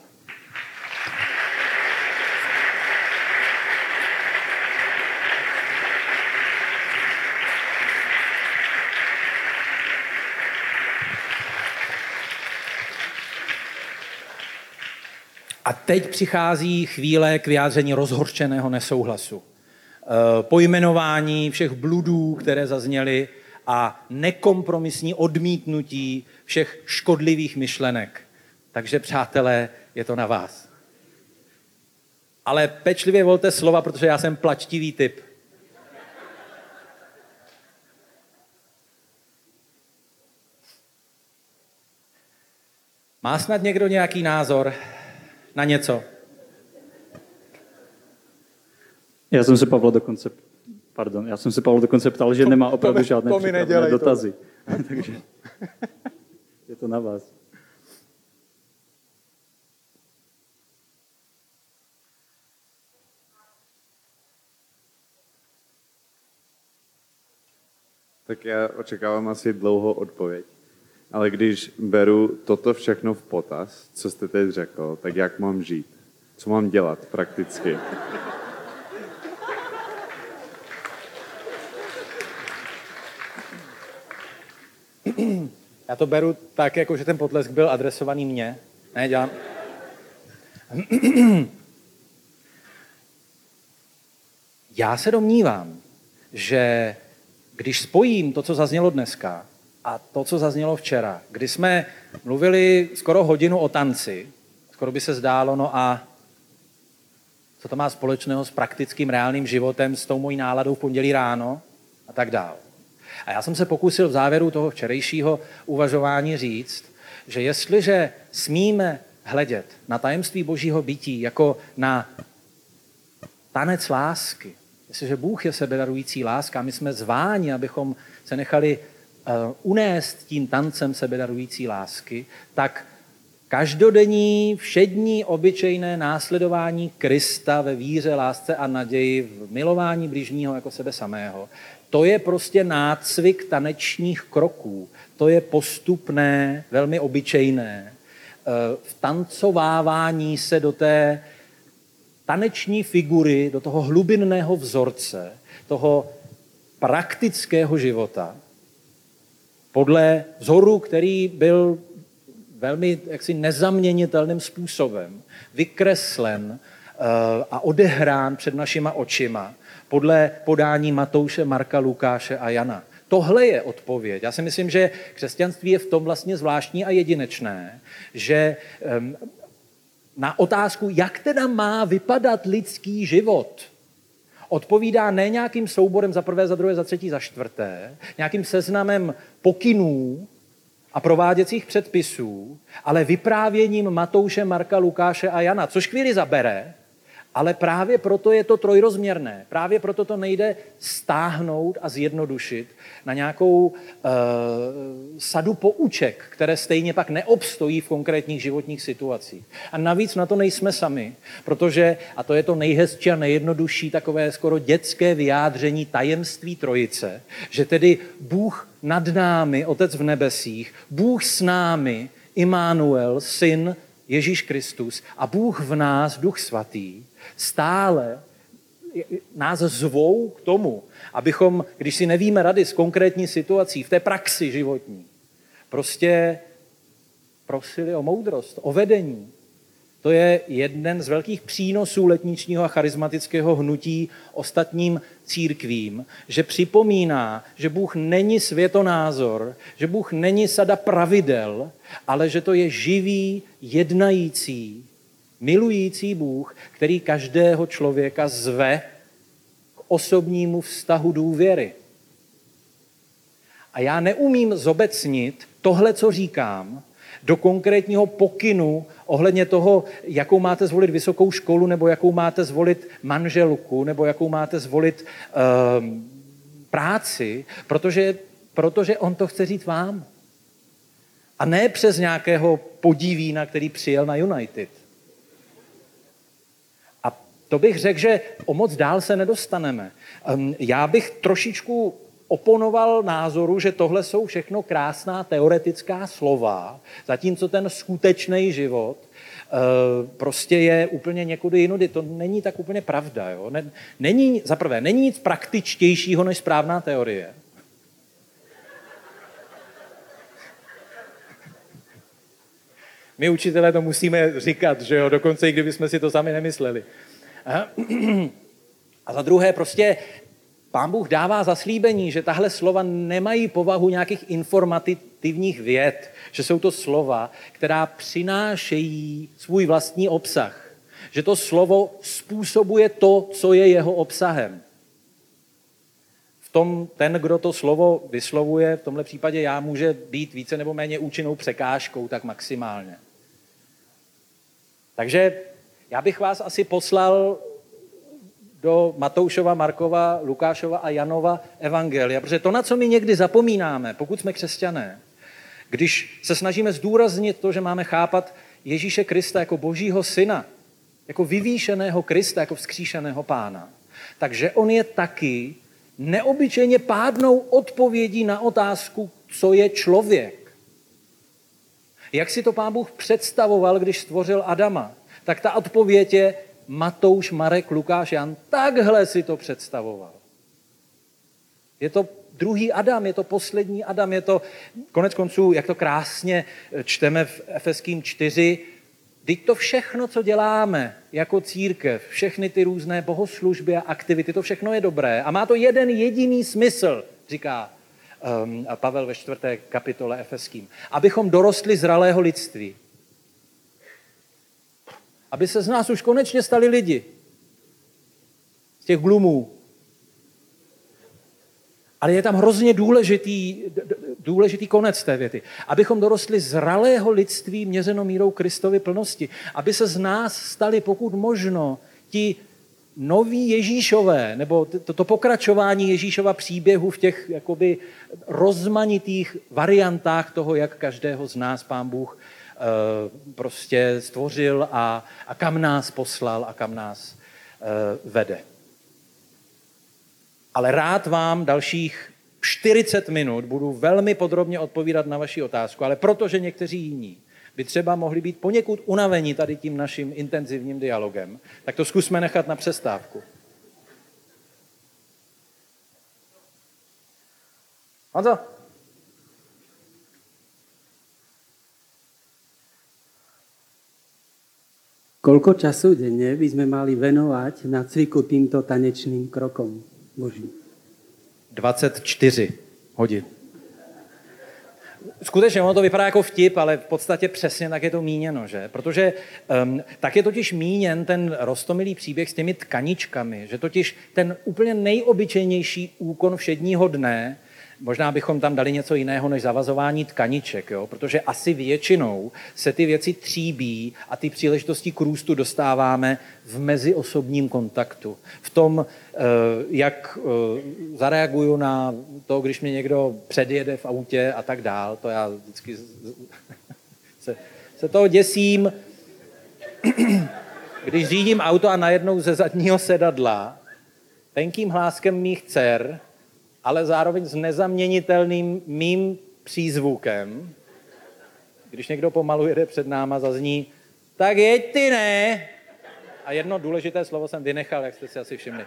A teď přichází chvíle k vyjádření rozhořčeného nesouhlasu. Pojmenování všech bludů, které zazněly a nekompromisní odmítnutí všech škodlivých myšlenek. Takže, přátelé, je to na vás. Ale pečlivě volte slova, protože já jsem plačtivý typ. Má snad někdo nějaký názor na něco? Já jsem se Pavla dokonce, pardon, já jsem se Pavla dokonce ptal, že nemá opravdu žádné to mi připravené dotazy. Takže je to na vás. Tak já očekávám asi dlouhou odpověď. Ale když beru toto všechno v potaz, co jste teď řekl, tak jak mám žít? Co mám dělat prakticky? Já to beru tak, jako že ten potlesk byl adresovaný mně. Ne, dělám... Já se domnívám, že když spojím to, co zaznělo dneska, a to, co zaznělo včera, kdy jsme mluvili skoro hodinu o tanci, skoro by se zdálo, no a co to má společného s praktickým reálným životem, s tou mojí náladou v pondělí ráno a tak dál. A já jsem se pokusil v závěru toho včerejšího uvažování říct, že jestliže smíme hledět na tajemství božího bytí jako na tanec lásky, jestliže Bůh je sebedarující láska a my jsme zváni, abychom se nechali uh, unést tím tancem sebedarující lásky, tak každodenní, všední, obyčejné následování Krista ve víře, lásce a naději, v milování bližního jako sebe samého, to je prostě nácvik tanečních kroků. To je postupné, velmi obyčejné v tancovávání se do té taneční figury, do toho hlubinného vzorce, toho praktického života, podle vzoru, který byl velmi jaksi nezaměnitelným způsobem vykreslen a odehrán před našima očima podle podání Matouše, Marka, Lukáše a Jana. Tohle je odpověď. Já si myslím, že křesťanství je v tom vlastně zvláštní a jedinečné, že na otázku, jak teda má vypadat lidský život, odpovídá ne nějakým souborem za prvé, za druhé, za třetí, za čtvrté, nějakým seznamem pokynů a prováděcích předpisů, ale vyprávěním Matouše, Marka, Lukáše a Jana, což chvíli zabere, ale právě proto je to trojrozměrné. Právě proto to nejde stáhnout a zjednodušit na nějakou uh, sadu pouček, které stejně pak neobstojí v konkrétních životních situacích. A navíc na to nejsme sami, protože, a to je to nejhezčí a nejjednodušší takové skoro dětské vyjádření tajemství trojice, že tedy Bůh nad námi, Otec v nebesích, Bůh s námi, Immanuel, Syn Ježíš Kristus a Bůh v nás, Duch Svatý, stále nás zvou k tomu, abychom, když si nevíme rady s konkrétní situací, v té praxi životní, prostě prosili o moudrost, o vedení. To je jeden z velkých přínosů letničního a charismatického hnutí ostatním církvím, že připomíná, že Bůh není světonázor, že Bůh není sada pravidel, ale že to je živý, jednající, milující Bůh, který každého člověka zve k osobnímu vztahu důvěry. A já neumím zobecnit tohle, co říkám, do konkrétního pokynu ohledně toho, jakou máte zvolit vysokou školu, nebo jakou máte zvolit manželku, nebo jakou máte zvolit um, práci, protože, protože on to chce říct vám. A ne přes nějakého podivína, který přijel na United. A to bych řekl, že o moc dál se nedostaneme. Um, já bych trošičku oponoval názoru, že tohle jsou všechno krásná teoretická slova, zatímco ten skutečný život e, prostě je úplně někudy jinudy. To není tak úplně pravda. Jo? Není, za prvé, není nic praktičtějšího než správná teorie. My učitelé to musíme říkat, že jo? Dokonce i kdybychom si to sami nemysleli. A za druhé, prostě Pán Bůh dává zaslíbení, že tahle slova nemají povahu nějakých informativních vět, že jsou to slova, která přinášejí svůj vlastní obsah. Že to slovo způsobuje to, co je jeho obsahem. V tom ten, kdo to slovo vyslovuje, v tomhle případě já, může být více nebo méně účinnou překážkou, tak maximálně. Takže já bych vás asi poslal do Matoušova, Markova, Lukášova a Janova evangelia, protože to, na co my někdy zapomínáme, pokud jsme křesťané, když se snažíme zdůraznit to, že máme chápat Ježíše Krista jako Božího syna, jako vyvýšeného Krista, jako vzkříšeného Pána, takže on je taky neobyčejně pádnou odpovědí na otázku, co je člověk. Jak si to Pán Bůh představoval, když stvořil Adama, tak ta odpověď je Matouš, Marek, Lukáš, Jan. Takhle si to představoval. Je to druhý Adam, je to poslední Adam, je to konec konců, jak to krásně čteme v Efeským čtyři, teď to všechno, co děláme jako církev, všechny ty různé bohoslužby a aktivity, to všechno je dobré a má to jeden jediný smysl, říká um, Pavel ve čtvrté kapitole Efeským, abychom dorostli zralého lidství. Aby se z nás už konečně stali lidi. Z těch glumů. Ale je tam hrozně důležitý, důležitý konec té věty. Abychom dorostli zralého lidství měřeno mírou Kristovy plnosti. Aby se z nás stali pokud možno ti noví Ježíšové, nebo to, to pokračování Ježíšova příběhu v těch jakoby rozmanitých variantách toho, jak každého z nás Pán Bůh prostě stvořil a, a kam nás poslal a kam nás uh, vede. Ale rád vám dalších čtyřicet minut budu velmi podrobně odpovídat na vaši otázku, ale protože někteří jiní by třeba mohli být poněkud unavení tady tím naším intenzivním dialogem, tak to zkusme nechat na přestávku. Honzo? Koľko času denne by sme mali venovať na cviku týmto tanečným krokom Božím? dvacet čtyři hodin. Skutečně ono to vypadá jako vtip, ale v podstatě přesně tak je to míněno, že? Protože um, tak je totiž míněn ten roztomilý příběh s těmi tkaničkami, že totiž ten úplně nejobyčejnější úkon všedního dne, možná bychom tam dali něco jiného než zavazování tkaniček, jo? Protože asi většinou se ty věci tříbí a ty příležitosti k růstu dostáváme v meziosobním kontaktu. V tom, jak zareaguju na to, když mě někdo předjede v autě a tak dál, to já vždycky se, se toho děsím. Když řídím auto a najednou ze zadního sedadla tenkým hláskem mých dcer, ale zároveň s nezaměnitelným mým přízvukem, když někdo pomalu jede před náma, zazní, tak jeď ty, ne? A jedno důležité slovo jsem vynechal, jak jste si asi všimli.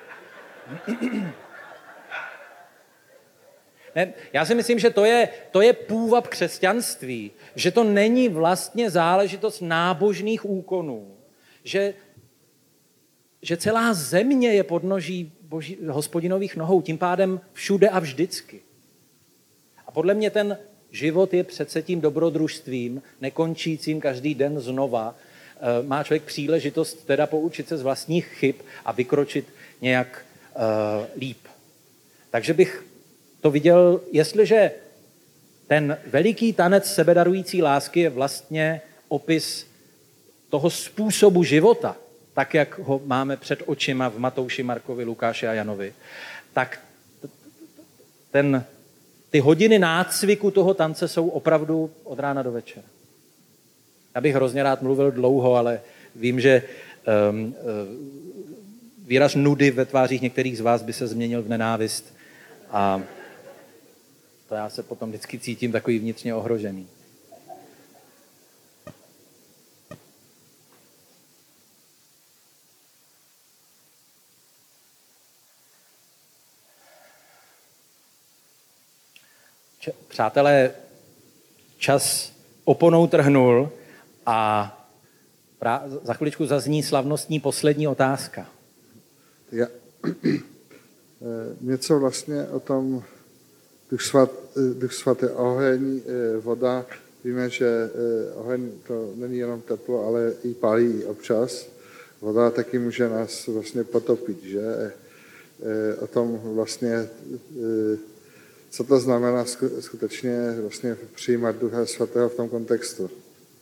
Ne, já si myslím, že to je, to je půvab křesťanství, že to není vlastně záležitost nábožných úkonů, že, že celá země je podnoží Boží, Hospodinových nohou, tím pádem všude a vždycky. A podle mě ten život je přece tím dobrodružstvím, nekončícím každý den znova. E, má člověk příležitost teda poučit se z vlastních chyb a vykročit nějak e, líp. Takže bych to viděl, jestliže ten veliký tanec sebedarující lásky je vlastně opis toho způsobu života, tak, jak ho máme před očima v Matouši, Markovi, Lukáši a Janovi, tak ten, ty hodiny nácviku toho tance jsou opravdu od rána do večera. Já bych hrozně rád mluvil dlouho, ale vím, že um, uh, výraz nudy ve tvářích některých z vás by se změnil v nenávist a to já se potom vždycky cítím takový vnitřně ohrožený. Přátelé, čas oponou trhnul a za chviličku zazní slavnostní poslední otázka. Já, něco vlastně o tom Duch, svat, duch svatý, oheň, voda. Víme, že oheň to není jenom teplo, ale i pálí občas. Voda taky může nás vlastně potopit, že? O tom vlastně, co to znamená skutečně vlastně přijímat Ducha svatého v tom kontextu.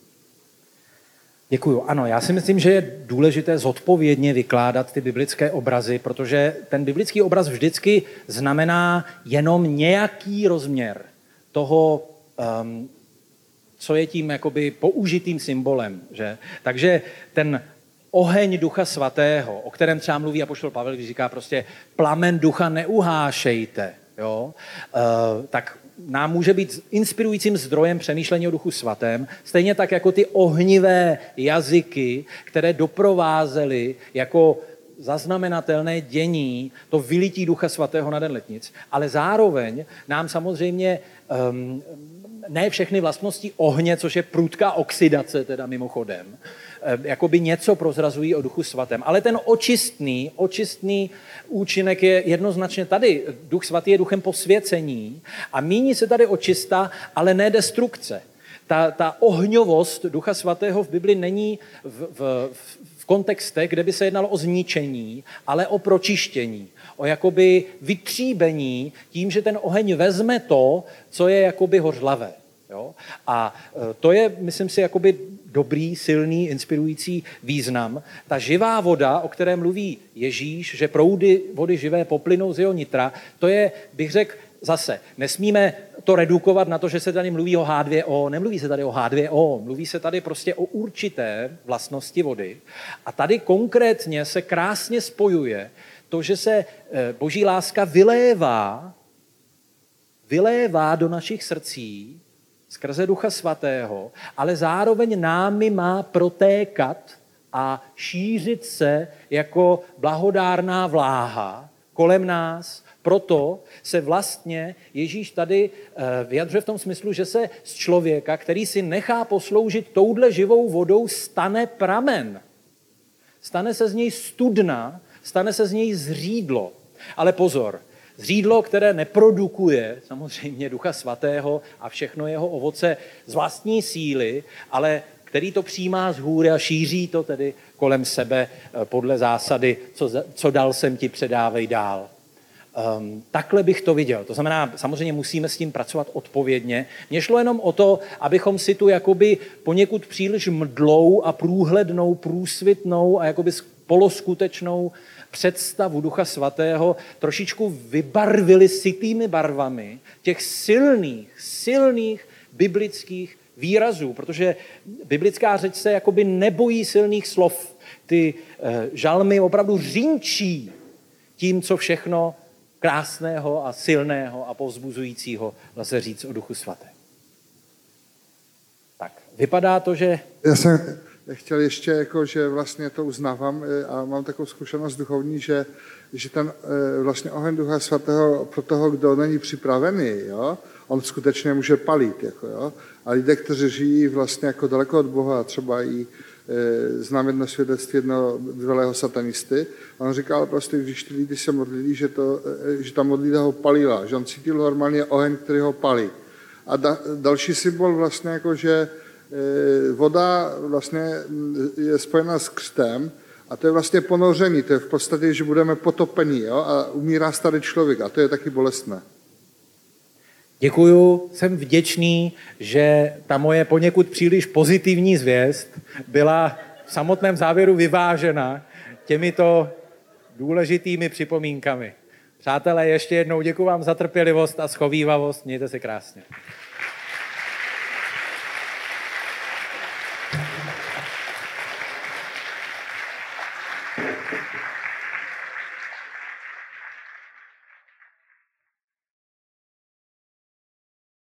Děkuju. Ano, já si myslím, že je důležité zodpovědně vykládat ty biblické obrazy, protože ten biblický obraz vždycky znamená jenom nějaký rozměr toho, um, co je tím jakoby použitým symbolem. Že? Takže ten oheň Ducha svatého, o kterém třeba mluví apoštol Pavel, když říká prostě plamen ducha neuhášejte, jo? Uh, tak nám může být inspirujícím zdrojem přemýšlení o Duchu svatém, stejně tak jako ty ohnivé jazyky, které doprovázely jako zaznamenatelné dění to vylití Ducha svatého na den letnic, ale zároveň nám samozřejmě um, ne všechny vlastnosti ohně, což je prudká oxidace, teda mimochodem, jakoby něco prozrazují o Duchu svatém. Ale ten očistný, očistný účinek je jednoznačně tady. Duch svatý je duchem posvěcení a míní se tady očista, ale ne destrukce. Ta, ta ohňovost Ducha svatého v Bibli není v, v, v kontextech, kde by se jednalo o zničení, ale o pročištění, o jakoby vytříbení tím, že ten oheň vezme to, co je jakoby hořlavé. Jo? A to je, myslím si, jakoby dobrý, silný, inspirující význam. Ta živá voda, o které mluví Ježíš, že proudy vody živé poplynou z jeho nitra, to je, bych řekl, zase, nesmíme to redukovat na to, že se tady mluví o H dva O, nemluví se tady o H dva O, mluví se tady prostě o určité vlastnosti vody. A tady konkrétně se krásně spojuje to, že se boží láska vylévá, vylévá do našich srdcí skrze Ducha svatého, ale zároveň námi má protékat a šířit se jako blahodárná vláha kolem nás. Proto se vlastně Ježíš tady vyjadřuje v tom smyslu, že se z člověka, který si nechá posloužit touhle živou vodou, stane pramen. Stane se z něj studna, stane se z něj zřídlo. Ale pozor, zřídlo, které neprodukuje samozřejmě Ducha svatého a všechno jeho ovoce z vlastní síly, ale který to přijímá z hůry a šíří to tedy kolem sebe podle zásady, co, co dal jsem ti, předávej dál. Um, takhle bych to viděl. To znamená, samozřejmě musíme s tím pracovat odpovědně. Mně šlo jenom o to, abychom si tu jakoby poněkud příliš mdlou a průhlednou, průsvitnou a jakoby poloskutečnou představu Ducha svatého trošičku vybarvili sytými barvami těch silných, silných biblických výrazů, protože biblická řeč se jakoby nebojí silných slov. Ty eh, žalmy opravdu řinčí tím, co všechno krásného a silného a povzbuzujícího lze říct o Duchu svatém. Tak, vypadá to, že... Já jsem chtěl ještě, jako, že vlastně to uznávám a mám takovou zkušenost duchovní, že, že ten vlastně oheň Ducha svatého pro toho, kdo není připravený, jo, on skutečně může palit. Jako, jo. A lidé, kteří žijí vlastně jako daleko od Boha, třeba i znám jedno svědectví jednoho bývalého satanisty. On říkal prostě, když ty lidi se modlili, že, to, že ta modlitba ho palila, že on cítil normálně oheň, který ho palí. A da, další symbol vlastně jako, že voda vlastně je spojená s křtem a to je vlastně ponoření, to je v podstatě, že budeme potopení, jo, a umírá starý člověk a to je taky bolestné. Děkuju, jsem vděčný, že ta moje poněkud příliš pozitivní zvěst byla v samotném závěru vyvážena těmito důležitými připomínkami. Přátelé, ještě jednou děkuji vám za trpělivost a schovívavost, mějte se krásně.